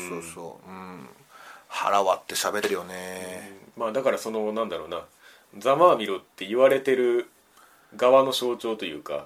[SPEAKER 2] 腹割って喋ってるよね、
[SPEAKER 1] まあだからなんだろうな、ざまあみろって言われてる側の象徴というか、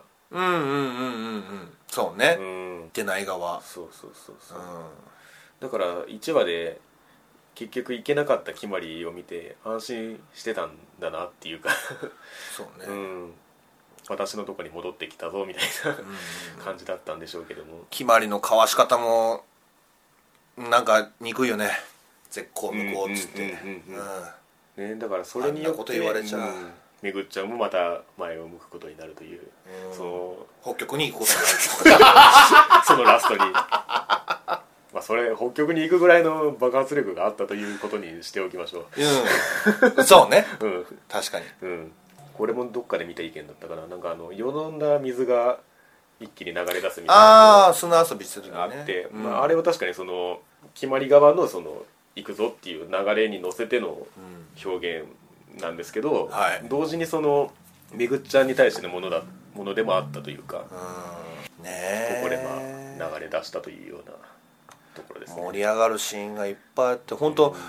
[SPEAKER 2] そうね、言ってない側、
[SPEAKER 1] そう、だから1話で結局行けなかった決まりを見て安心してたんだなっていうか
[SPEAKER 2] そうね、
[SPEAKER 1] 私のとこに戻ってきたぞみたいな感じだったんでしょうけども、
[SPEAKER 2] 決まりの交わし方もなんか憎いよね、絶好無効っつって
[SPEAKER 1] ね、だからそれによって
[SPEAKER 2] こと言われちゃう、
[SPEAKER 1] めぐっちゃんもまた前を向くことになるという、
[SPEAKER 2] 北極に行くことになる
[SPEAKER 1] そのラストにまあそれ北極に行くぐらいの爆発力があったということにしておきましょ
[SPEAKER 2] う、そうね、確かに、
[SPEAKER 1] これもどっかで見た意見だったかな、なんかよどんだ水が一気に流れ出すみたい
[SPEAKER 2] な、砂遊びするのね
[SPEAKER 1] あって、あれは確かに決まり側の行くぞっていう流れに乗せての表現なんですけど、同時にめぐっちゃんに対してのものでもあったというか、ここで流れ出したというようなところですね。
[SPEAKER 2] 盛り上がるシーンがいっぱいあって、本当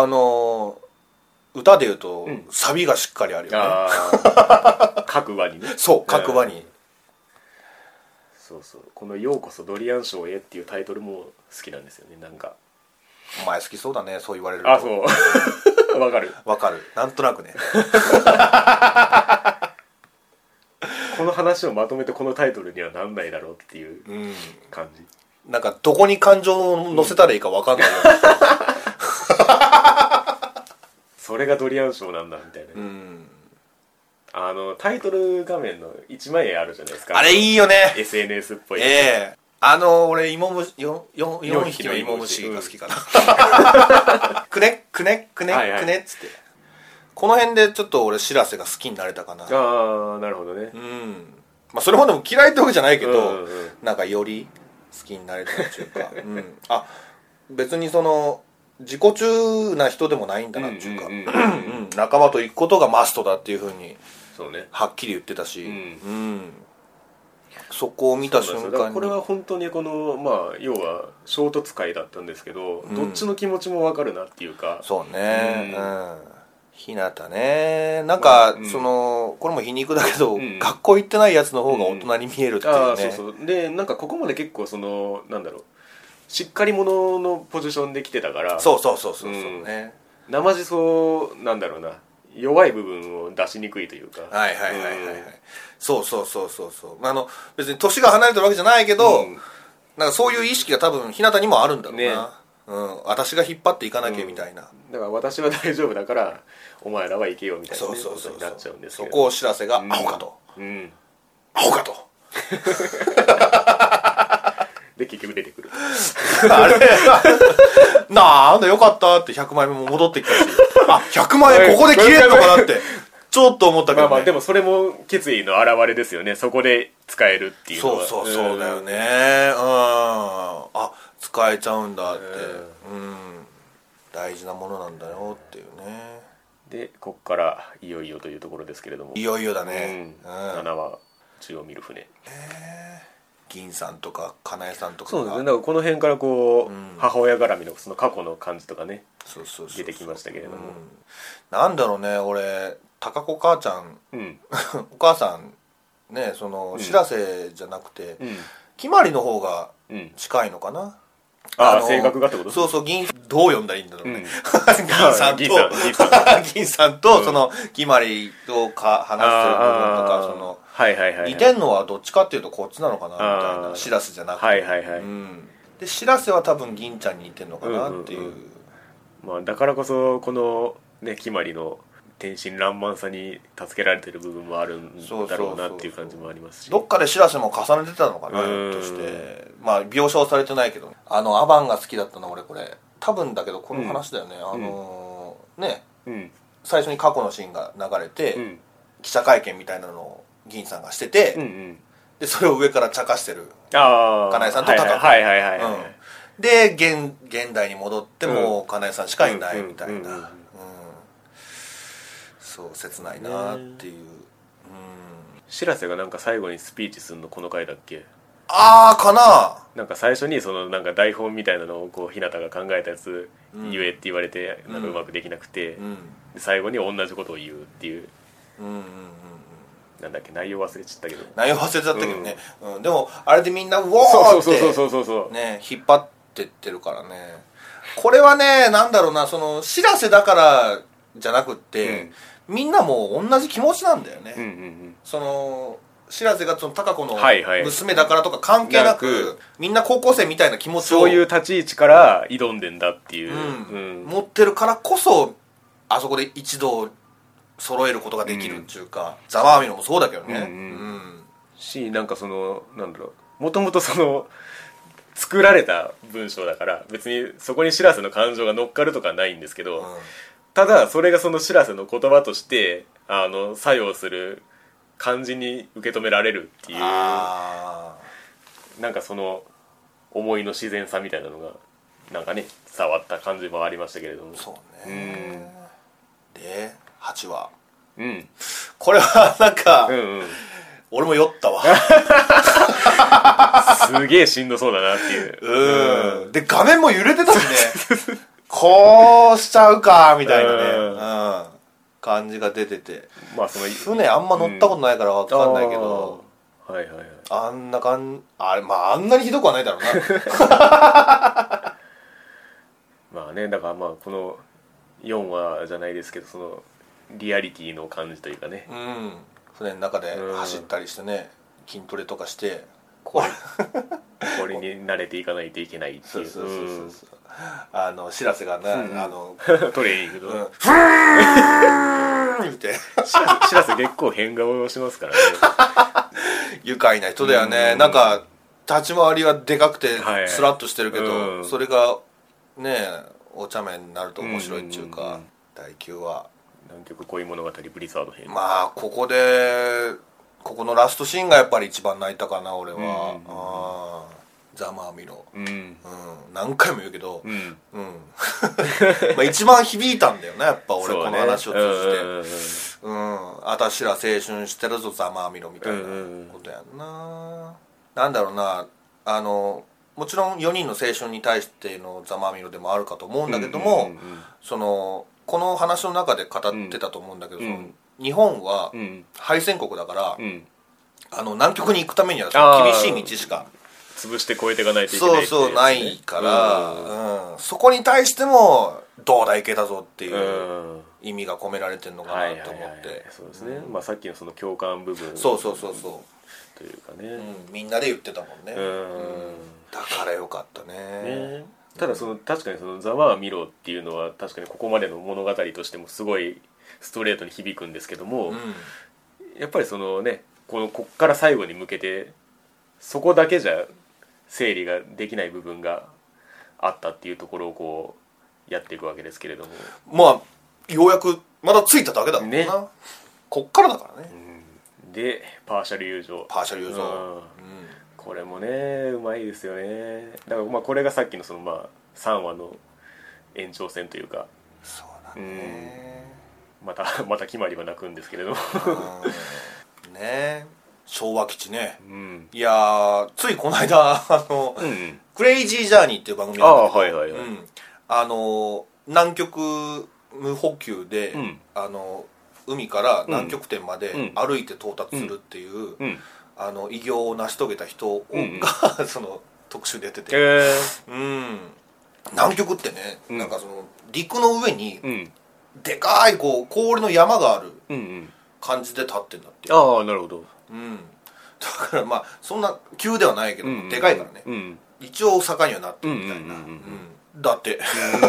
[SPEAKER 2] 歌でいうと、サビがしっかりあるよね、
[SPEAKER 1] 各話にね、
[SPEAKER 2] 各話に、
[SPEAKER 1] そうこの「ようこそドリアンショーへ」っていうタイトルも好きなんですよね。なんか
[SPEAKER 2] お前好きそうだね、そう言われると。
[SPEAKER 1] そうわかる
[SPEAKER 2] なんとなくね
[SPEAKER 1] この話をまとめてこのタイトルにはなんないだろうっていう感じ、
[SPEAKER 2] なんかどこに感情を乗せたらいいか分かんないよね
[SPEAKER 1] それがドリアンショーなんだみたいな、タイトル画面の一枚絵あるじゃないですか、
[SPEAKER 2] あれいいよね、
[SPEAKER 1] SNS っぽい、
[SPEAKER 2] 俺4匹の芋虫が好きかなくねくねくねくねっつって、この辺でちょっと俺しらせが好きになれたかな。
[SPEAKER 1] なるほどね、
[SPEAKER 2] まあそれほども嫌いってわけじゃないけど、なんかより好きになれたっていうか、別に自己中な人でもないんだなっていうか、仲間と行くことがマストだっていうふうにはっきり言ってたし、そこを見た瞬間に、
[SPEAKER 1] これは本当に要は衝突回だったんですけど、どっちの気持ちも分かるなっていうか、
[SPEAKER 2] そうね、ひなたね、なんか、これも皮肉だけど、学校行ってないやつの方が大人に見えるっていうね、
[SPEAKER 1] そうで、なんかここまで結構なんだろう、しっかり者のポジションで来てたから、
[SPEAKER 2] そうね、
[SPEAKER 1] 生地そうなんだろうな、弱い部分を出しにくいというか、
[SPEAKER 2] そう別に年が離れてるわけじゃないけど、なんかそういう意識が多分ひなたにもあるんだろうな、私が引っ張っていかなきゃみたいな、
[SPEAKER 1] だから私は大丈夫だからお前らは行けよみたいなことになっちゃうんですけど、
[SPEAKER 2] そこを知らせがアホかと、アホかと
[SPEAKER 1] で結局出てくる
[SPEAKER 2] あれなんだよかったって100枚目も戻ってきたし、100万円ここで切れるのかなってちょっと思ったけど、ね、
[SPEAKER 1] でもそれも決意の表れですよね、そこで使えるっていうのは。
[SPEAKER 2] そうだよね、使えちゃうんだって、大事なものなんだよっていうね。
[SPEAKER 1] でこっからいよいよというところですけれども、
[SPEAKER 2] いよいよだね、
[SPEAKER 1] 7話中を見る船、
[SPEAKER 2] 銀さんとかかなえさんとか
[SPEAKER 1] そうですね、だからこの辺からこう、母親絡みのその過去の感じとかね出てきましたけれども、
[SPEAKER 2] なんだろうね、俺高子母ちゃん、お母さんね、しらせじゃなくて、きまりの方が近いのかな、
[SPEAKER 1] 性格がってこと？
[SPEAKER 2] そう銀どう呼んだらいいんだろうね、銀さんとそのきまりと話してる部分とか、似てんのはどっちかっていうとこっちなのかなみたいな、しらせじゃなくて、でしらせは多分銀ちゃんに似てんのかなっていう、
[SPEAKER 1] だからこそこのねきまりの天真爛漫さに助けられてる部分もあるんだろうなっていう感じもありますし、
[SPEAKER 2] どっかでしらせも重ねてたのかなとして、描写はされてないけど、アバンが好きだったの俺これ多分だけどこの話だよね、最初に過去のシーンが流れて、記者会見みたいなのを銀さんがしてて、でそれを上から茶化してるかなえさんと高子で現代に戻ってもかなえさんしかいないみたいな、そう切ないなっていう、
[SPEAKER 1] 白瀬がなんか最後にスピーチするのこの回だっけ？
[SPEAKER 2] ああかな。
[SPEAKER 1] なんか最初にそのなんか台本みたいなのをこう日向が考えたやつ言えって言われてなんかうまくできなくて、で最後に同じことを言うっていう、なんだっけ、内容忘れちゃったけど、
[SPEAKER 2] 内容忘れちゃったけどね、でもあれでみんなウォーってね引っ張ってってるからね。これはねなんだろうな、その白瀬だからじゃなくって、みんなも同じ気持ちなんだよね、その白瀬がその貴子の娘だからとか関係なく、みんな高校生みたいな気持ちを
[SPEAKER 1] そういう立ち位置から挑んでんだっていう、
[SPEAKER 2] 持ってるからこそあそこで一度揃えることができるっていうか、ざわみろもそうだけどね、
[SPEAKER 1] し、なんかそのなんだろう、もともとその作られた文章だから別にそこに白瀬の感情が乗っかるとかないんですけど、ただそれがその白瀬の言葉として作用する感じに受け止められるっていう、なんかその思いの自然さみたいなのがなんかね伝わった感じもありましたけれども。
[SPEAKER 2] そうね、で8話、
[SPEAKER 1] こ
[SPEAKER 2] れはなんか、俺も酔ったわ
[SPEAKER 1] すげえしんどそうだなっていう、
[SPEAKER 2] で画面も揺れてたしねこうしちゃうかみたいなね、感じが出てて、
[SPEAKER 1] まあその
[SPEAKER 2] 船あんま乗ったことないから分かんないけど、あんな感じ、あんなにひどくはないだろうな
[SPEAKER 1] まあね、だからまあこの4話じゃないですけど、そのリアリティの感じというかね、
[SPEAKER 2] 船の中で走ったりしてね、筋トレとかして
[SPEAKER 1] これに慣れていかないといけないっていう、
[SPEAKER 2] 白瀬がね、
[SPEAKER 1] トレーニングの
[SPEAKER 2] ふーんって
[SPEAKER 1] 白瀬結構変顔をしますからね
[SPEAKER 2] 愉快な人だよね、なんか立ち回りはでかくてスラッとしてるけど、それがねお茶目になると面白いっていうか、第9話
[SPEAKER 1] 南極恋物語ブリザード編、
[SPEAKER 2] まあここのラストシーンがやっぱり一番泣いたかな俺は、ざまあみろ、何回も言うけど、まあ一番響いたんだよねやっぱ俺、この話を通じて、あたしら青春してるぞざまあみろみたいなことやんな、なんだろうな、もちろん4人の青春に対してのざまあみろでもあるかと思うんだけども、そのこの話の中で語ってたと思うんだけど、その日本は敗戦国だから、南極に行くためには厳しい道しか
[SPEAKER 1] 潰して越えていかないといけないっていう、
[SPEAKER 2] そうないから、そこに対してもどうだいけたぞっていう意味が込められてるのかなと思って、
[SPEAKER 1] そうですね、まあさっきのその共感部分
[SPEAKER 2] そうと
[SPEAKER 1] いうかね、
[SPEAKER 2] みんなで言ってたもんね、だからよかったね。
[SPEAKER 1] ただその確かにそのざまあみろっていうのは確かにここまでの物語としてもすごいストレートに響くんですけども、やっぱりそのねこっから最後に向けてそこだけじゃ整理ができない部分があったっていうところをこうやっていくわけですけれども、
[SPEAKER 2] まあようやくまだついただけだもんな、こっからだからね、
[SPEAKER 1] でパーシャル友情、これもねうまいですよね。だからまあこれがさっきのそのまあ3話の延長戦というか、
[SPEAKER 2] そうだね、
[SPEAKER 1] また決まりは泣くんですけれども
[SPEAKER 2] ね、昭和基地ね、いやついこの間クレイジージャーニーっていう番組なんだけど、南極無補給で、海から南極点まで歩いて到達するっていう、偉業を成し遂げた人が、その特集でやってて、南極ってね、なんかその陸の上にでかいこう氷の山がある感じで立ってんだっていう。
[SPEAKER 1] ああなるほど。
[SPEAKER 2] だからまあそんな急ではないけど、でかいからね、一応坂にはなってるみたいな、だって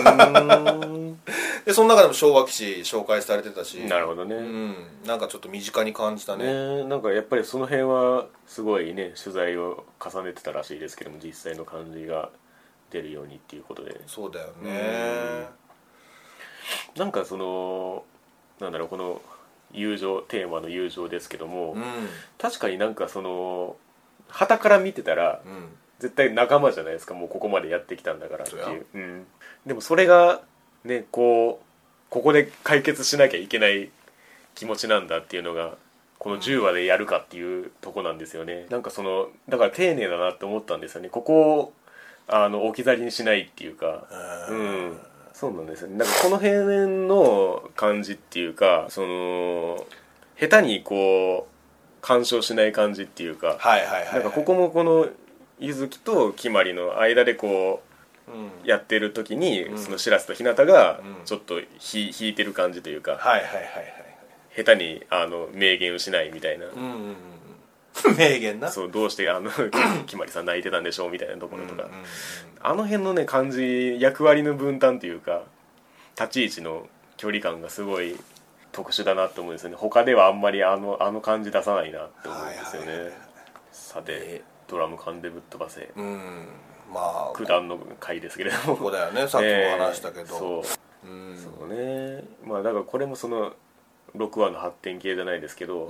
[SPEAKER 2] でその中でも昭和基地紹介されてたし、
[SPEAKER 1] なるほどね、
[SPEAKER 2] なんかちょっと身近に感じたね。
[SPEAKER 1] なんかやっぱりその辺はすごいね取材を重ねてたらしいですけども、実際の感じが出るようにっていうことで。
[SPEAKER 2] そうだよね、
[SPEAKER 1] なんかそのなんだろう、この友情テーマの友情ですけども、確かになんかその傍から見てたら、 絶対仲間じゃないですか、もうここまでやってきたんだからっていう、でもそれがねここで解決しなきゃいけない気持ちなんだっていうのがこの10話でやるかっていうとこなんですよね。なんかだから丁寧だなって思ったんですよね。ここを置き去りにしないっていうか、そうなんですよね。なんかこの辺の感じっていうか、下手にこう干渉しない感じっていうか、なんかここもこの柚月と決まりの間でこう、やってる時に、その白瀬と日向がちょっと引いてる感じというか、下手に明言をしないみたいな、
[SPEAKER 2] 名言な。
[SPEAKER 1] そうどうして決まりさん泣いてたんでしょうみたいなところとか、あの辺のね感じ、役割の分担というか立ち位置の距離感がすごい特殊だなって思うんですよね。他ではあんまりあの感じ出さないなって思うんですよね。さて、ドラム缶でぶっ飛ばせ、まあ九段の回ですけれども、
[SPEAKER 2] ここだよね、さっきも話したけど、
[SPEAKER 1] そうね、まあだからこれもその6話の発展系じゃないですけど、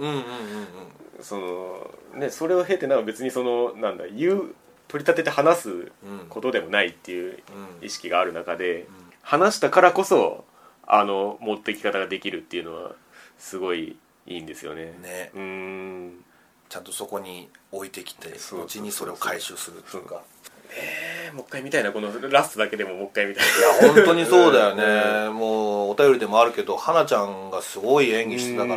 [SPEAKER 1] それを経て別になんだ取り立てて話すことでもないっていう意識がある中で、話したからこそ持ってき方ができるっていうのはすごいいいんですよね。
[SPEAKER 2] ちゃんとそこに置いてきて後にそれを回収するっていうか、
[SPEAKER 1] もう一回見たいな、このラストだけでももう一回見たい。
[SPEAKER 2] いや本当にそうだよね。もうお便りでもあるけど、花ちゃんがすごい演技してたから、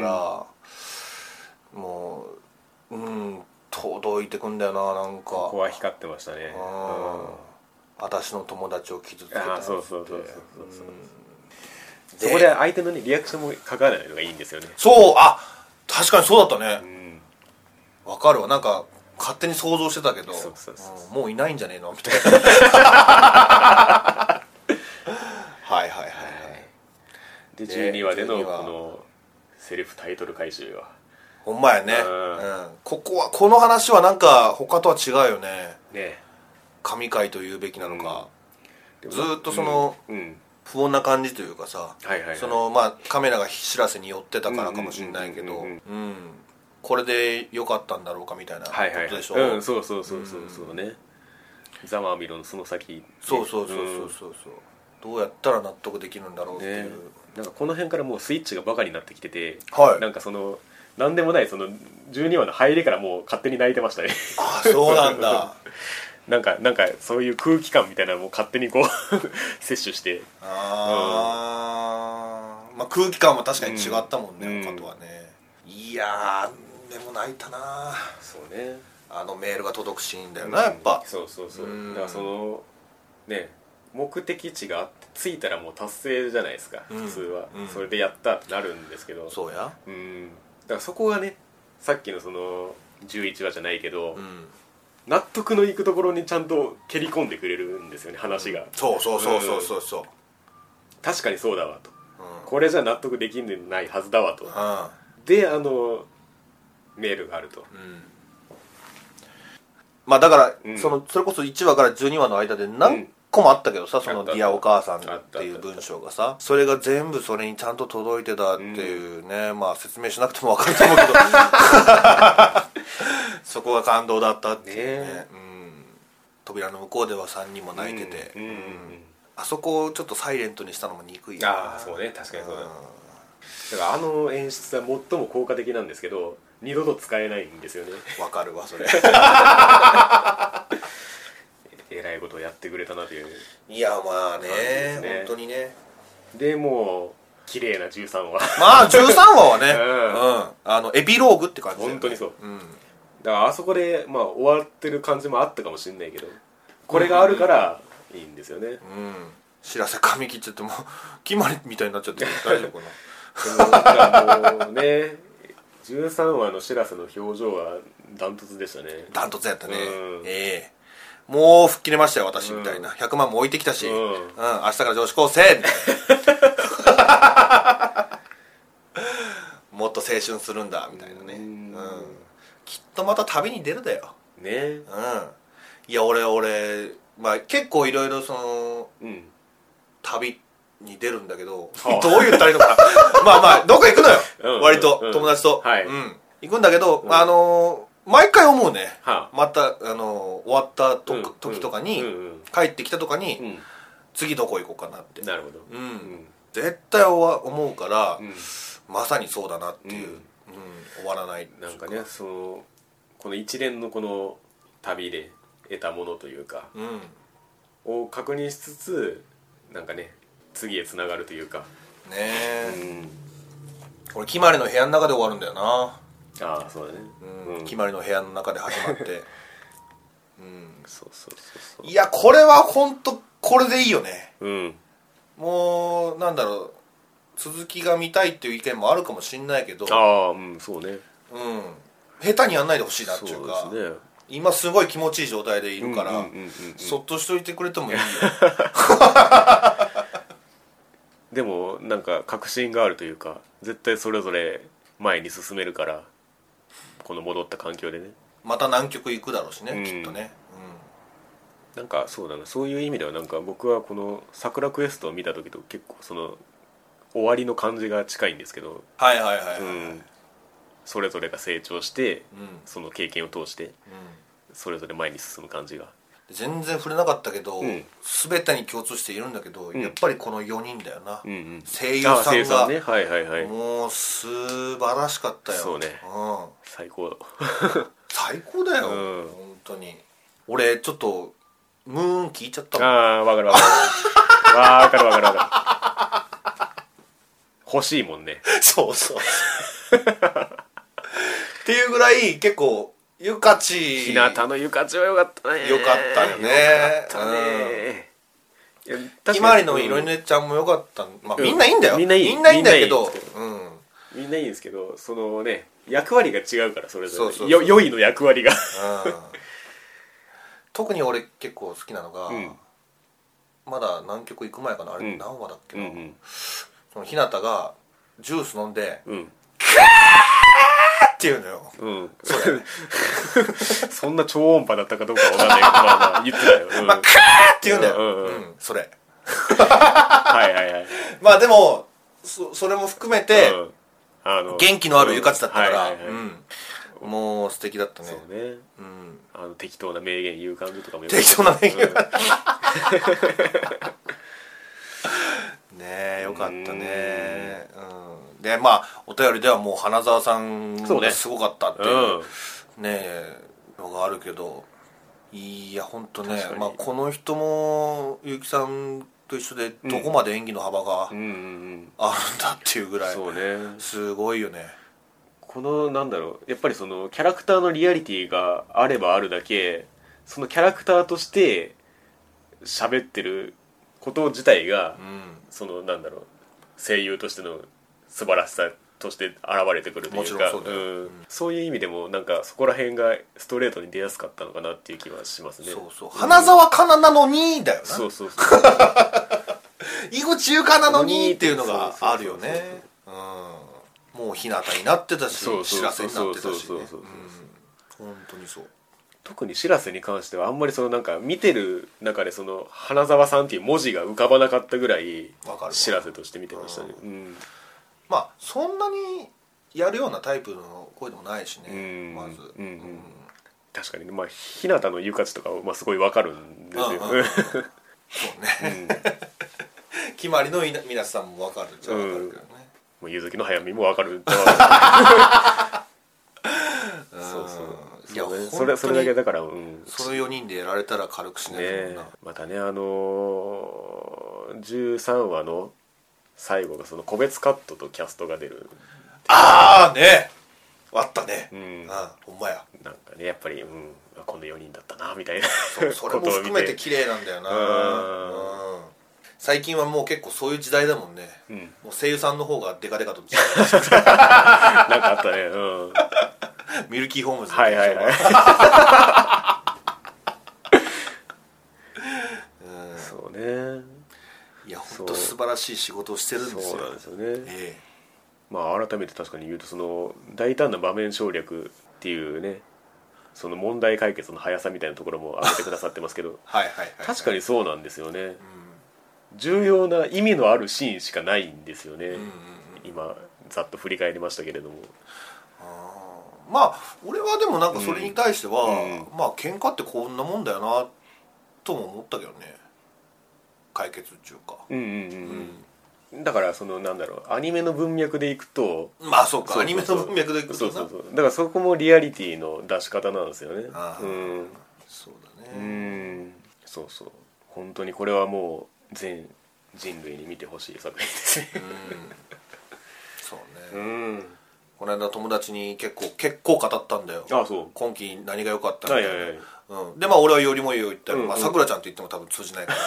[SPEAKER 2] もう届いてくんだよな。なんか
[SPEAKER 1] ここは光ってましたね。
[SPEAKER 2] 私の友達を傷つけたって。
[SPEAKER 1] そうそこで相手のねリアクションもかからないのがいいんですよね。
[SPEAKER 2] そう、確かにそうだったね。わかるわ。なんか勝手に想像してたけど、もういないんじゃねえのみたいな。
[SPEAKER 1] で12話でのこのセルフタイトル回収は
[SPEAKER 2] ほんまやね。この話はなんか他とは違うよね。神回というべきなのか、ずっと不穏な感じというかさ、カメラが白瀬に寄ってたからかもしれないけど、これで良かったんだろうかみたいなことでしょ。
[SPEAKER 1] そうね。ざまあみろのその先、
[SPEAKER 2] そうどうやったら納得できるんだろうっていう、
[SPEAKER 1] なんかこの辺からもうスイッチがバカになってきてて、なんかなんでもない12話の入りからもう勝手に泣いてましたね。
[SPEAKER 2] そうなんだ。
[SPEAKER 1] なんかそういう空気感みたいなのも勝手にこう摂取して、
[SPEAKER 2] 空気感は確かに違ったもんね、他とはね。いやでも泣いたな。
[SPEAKER 1] そうね、
[SPEAKER 2] メールが届くシーンだよな、やっぱ。
[SPEAKER 1] そうだからね、目的地があって着いたらもう達成じゃないですか、普通は。それでやったってなるんですけど、
[SPEAKER 2] そうや。だ
[SPEAKER 1] からそこがね、さっきの11話じゃないけど、納得のいくところにちゃんと蹴り込んでくれるんですよね、話が。
[SPEAKER 2] そう
[SPEAKER 1] 確かにそうだわと、これじゃ納得できないはずだわと、でメールがあると、
[SPEAKER 2] だから、それこそ1話から12話の間で何個もあったけどさ、その「ディアお母さん」っていう文章がさ、それが全部それにちゃんと届いてたっていうね、説明しなくても分かると思うけどそこが感動だったっていうね。扉の向こうでは3人も泣いてて、あそこをちょっとサイレントにしたのも憎いよな。
[SPEAKER 1] そうね、確かにそうだ。だから演出は最も効果的なんですけど、二度と使えないんですよね。
[SPEAKER 2] わかるわ、それ。
[SPEAKER 1] えらいことをやってくれたなという。
[SPEAKER 2] いや本当にね。
[SPEAKER 1] でもう綺麗な13話。
[SPEAKER 2] 13話はね、エピローグって感じだよね。
[SPEAKER 1] 本当にそう。だからあそこで終わってる感じもあったかもしれないけど、これがあるからいいんですよね。
[SPEAKER 2] 白瀬髪切っちゃってもう決まりみたいになっちゃって大丈夫か
[SPEAKER 1] な。もうね、13話の白瀬の表情はダントツでしたね。
[SPEAKER 2] ダントツやったね。もう吹っ切れましたよ私みたいな。100万も置いてきたし、明日から女子高生みたいな。もっと青春するんだみたいなね。きっとまた旅に出るだよ
[SPEAKER 1] ね。
[SPEAKER 2] いや俺結構いろいろ旅に出るんだけど、どう言ったらいいのかな。どっか行くのよ、割と友達と。行くんだけど、 毎回思うね、
[SPEAKER 1] はあ、
[SPEAKER 2] また終わった時とかに、帰ってきたとかに、次どこ行こうかなって。
[SPEAKER 1] なるほど、
[SPEAKER 2] 絶対思うから、まさにそうだなっていう、終わらないっていうか。
[SPEAKER 1] なんかね、この一連のこの旅で得たものというか、を確認しつつなんかね次へつながるというか
[SPEAKER 2] ねえ、俺決まりの部屋の中で終わるんだよな。
[SPEAKER 1] ああそうだね、
[SPEAKER 2] 決まりの部屋の中で始まって
[SPEAKER 1] そう
[SPEAKER 2] いやこれは本当これでいいよね。もうなんだろう、続きが見たいっていう意見もあるかもしんないけど、
[SPEAKER 1] そうね、
[SPEAKER 2] 下手にやんないでほしいなっていうか、
[SPEAKER 1] そうですね、
[SPEAKER 2] 今すごい気持ちいい状態でいるから、そっとしといてくれてもいいよ
[SPEAKER 1] でもなんか確信があるというか、絶対それぞれ前に進めるから、この戻った環境でね、
[SPEAKER 2] また南極行くだろうしね、きっとね、
[SPEAKER 1] なんかそうだな、そういう意味ではなんか僕はこの桜クエストを見た時と結構その終わりの感じが近いんですけど、それぞれが成長して、その経験を通して、それぞれ前に進む感じが
[SPEAKER 2] 全然触れなかったけど、全てに共通しているんだけど、やっぱりこの4人だよな、声優さんが、もう素晴らしかったよ。
[SPEAKER 1] そうね、最高
[SPEAKER 2] 最高だよ、本当に。俺ちょっとムーン聞いちゃったもん。
[SPEAKER 1] 分かる分かる欲しいもんね。
[SPEAKER 2] そうっていうぐらい結構ゆかち、
[SPEAKER 1] 日向のゆかちはよかったね。
[SPEAKER 2] よかったよね。ひまわりのいろいねちゃんもよかった。みんないいんだよ、みんないいんだけど、
[SPEAKER 1] みんないいんですけど、そのね役割が違うから、それぞれ良いの役割が
[SPEAKER 2] 特に俺結構好きなのが、まだ南極行く前かな、あれ何話だっけな、その日向がジュース飲んでクーって言うのよ。そうだよね
[SPEAKER 1] そんな超音波だったかどうかわかんないけど、まあ言ってたよ。
[SPEAKER 2] クーって言うんだよ。それまあでもそれも含めて元気のあるゆかちだったからもう素敵だったね。
[SPEAKER 1] そうね、適当な名言言う感じとかもよ
[SPEAKER 2] 適当な名言ねえ、よかったね。でまあお便りではもう花澤さんがすごかったっていうねのがあるけど、いやほんとね、まあこの人も結城さんと一緒でどこまで演技の幅があるんだっていうぐらいすごいよね。
[SPEAKER 1] このなんだろう、やっぱりそのキャラクターのリアリティがあればあるだけ、そのキャラクターとして喋ってること自体が、そのなんだろう、声優としての素晴らしさとして現れてくるというか、そういう意味でもなんかそこら辺がストレートに出やすかったのかなっていう気はしますね。
[SPEAKER 2] 花澤香菜なのにだよな。井口優香なのにっていうのがあるよね。もう日向になってたし、しらせになってたしね。本当にそう。
[SPEAKER 1] 特にしらせに関してはあんまりそのなんか見てる中でその花澤さんっていう文字が浮かばなかったぐらいしらせとして見てましたね。
[SPEAKER 2] まあそんなにやるようなタイプの声でもないしね、まず。
[SPEAKER 1] 確かにね、まあ日向のゆかちとかはすごいわかるんですよ。
[SPEAKER 2] そうね。決まりの皆さんもわかるっちゃわかるけどね。
[SPEAKER 1] もうゆずきの早見もわかる。いやそれだけだから、
[SPEAKER 2] その4人でやられたら軽くしないと思うな。
[SPEAKER 1] またね13話の最後がその個別カットとキャストが出る。
[SPEAKER 2] あったね。ほんまや。
[SPEAKER 1] なんかねやっぱり、この4人だったなみたいな。
[SPEAKER 2] それも含めて綺麗なんだよな。最近はもう結構そういう時代だもんね。もう声優さんの方がデカデカとなんか
[SPEAKER 1] あったね。
[SPEAKER 2] ミルキーホームズ。
[SPEAKER 1] そうね。
[SPEAKER 2] いや本当素晴らしい仕事をしてるんですよ。
[SPEAKER 1] そうなんですよね。まあ改めて確かに言うとその大胆な場面省略っていうね、その問題解決の速さみたいなところも挙げてくださってますけど、確かにそうなんですよね。重要な意味のあるシーンしかないんですよね。今ざっと振り返りましたけれども。
[SPEAKER 2] まあ俺はでもなんかそれに対しては、まあ喧嘩ってこんなもんだよなとも思ったけどね。解決っていうか。
[SPEAKER 1] だからそのなんだろう、アニメの文脈でいくと、
[SPEAKER 2] まあそうか、アニメの文脈でいくと
[SPEAKER 1] そうだからそこもリアリティの出し方なんですよね。
[SPEAKER 2] そうだね。
[SPEAKER 1] そう本当にこれはもう全人類に見てほしい作品ですね。
[SPEAKER 2] そうね。この間友達に結構語ったんだよ。今期何が良かったみたいな。でまあ俺はよりもいいよ言ったら、さくらちゃんと言っても多分通じないから。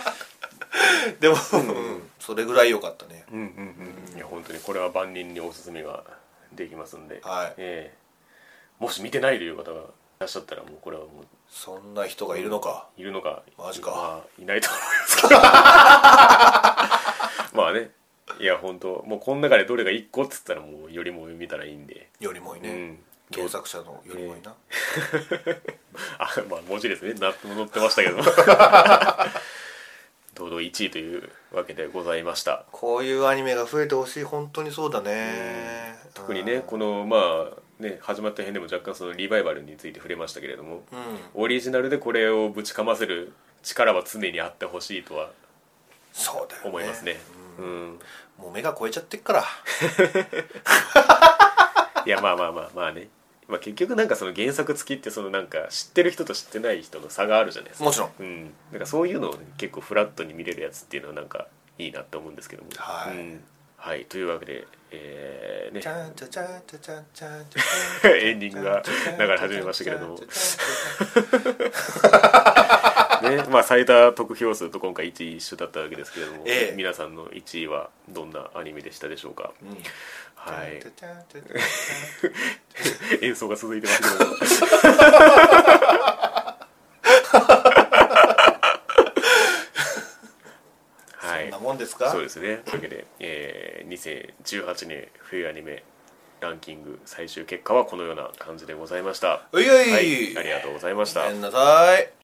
[SPEAKER 2] でも、それぐらい良かったね。
[SPEAKER 1] いや本当にこれは万人におすすめができますんで、
[SPEAKER 2] はい、
[SPEAKER 1] もし見てないという方がいらっしゃったら、もうこれはもう
[SPEAKER 2] そんな人がいるのか、マジか、
[SPEAKER 1] まあいないと思いますけどまあね、いや本当もうこの中でどれが1個っつったらもうよりも見たらいいんで、
[SPEAKER 2] よりもいいね、原作者のよりもいいな、
[SPEAKER 1] まあ文字ですね、載ってましたけど堂々1位というわけでございました。
[SPEAKER 2] こういうアニメが増えてほしい。本当にそうだね。
[SPEAKER 1] 特にね、このまあね、始まった辺でも若干そのリバイバルについて触れましたけれども、オリジナルでこれをぶちかませる力は常にあってほしいとは思いますね。
[SPEAKER 2] もう目が超えちゃってっから
[SPEAKER 1] いやまあね、結局なんかその原作付きってそのなんか知ってる人と知ってない人の差があるじゃないですか。
[SPEAKER 2] もちろ
[SPEAKER 1] ん、なんかそういうのを、結構フラットに見れるやつっていうのはなんかいいなって思うんですけども、はい、というわけでエンディングが流れ始めましたけれどもね、まあ最多得票数と今回1位一緒だったわけですけれども、皆さんの1位はどんなアニメでしたでしょうか。はい演奏が続いてますけど
[SPEAKER 2] そんなもんですか。
[SPEAKER 1] そうですね。というわけで、2018年冬アニメランキング最終結果はこのような感じでございました。はい、ありがとうございました。
[SPEAKER 2] ごめんなさい。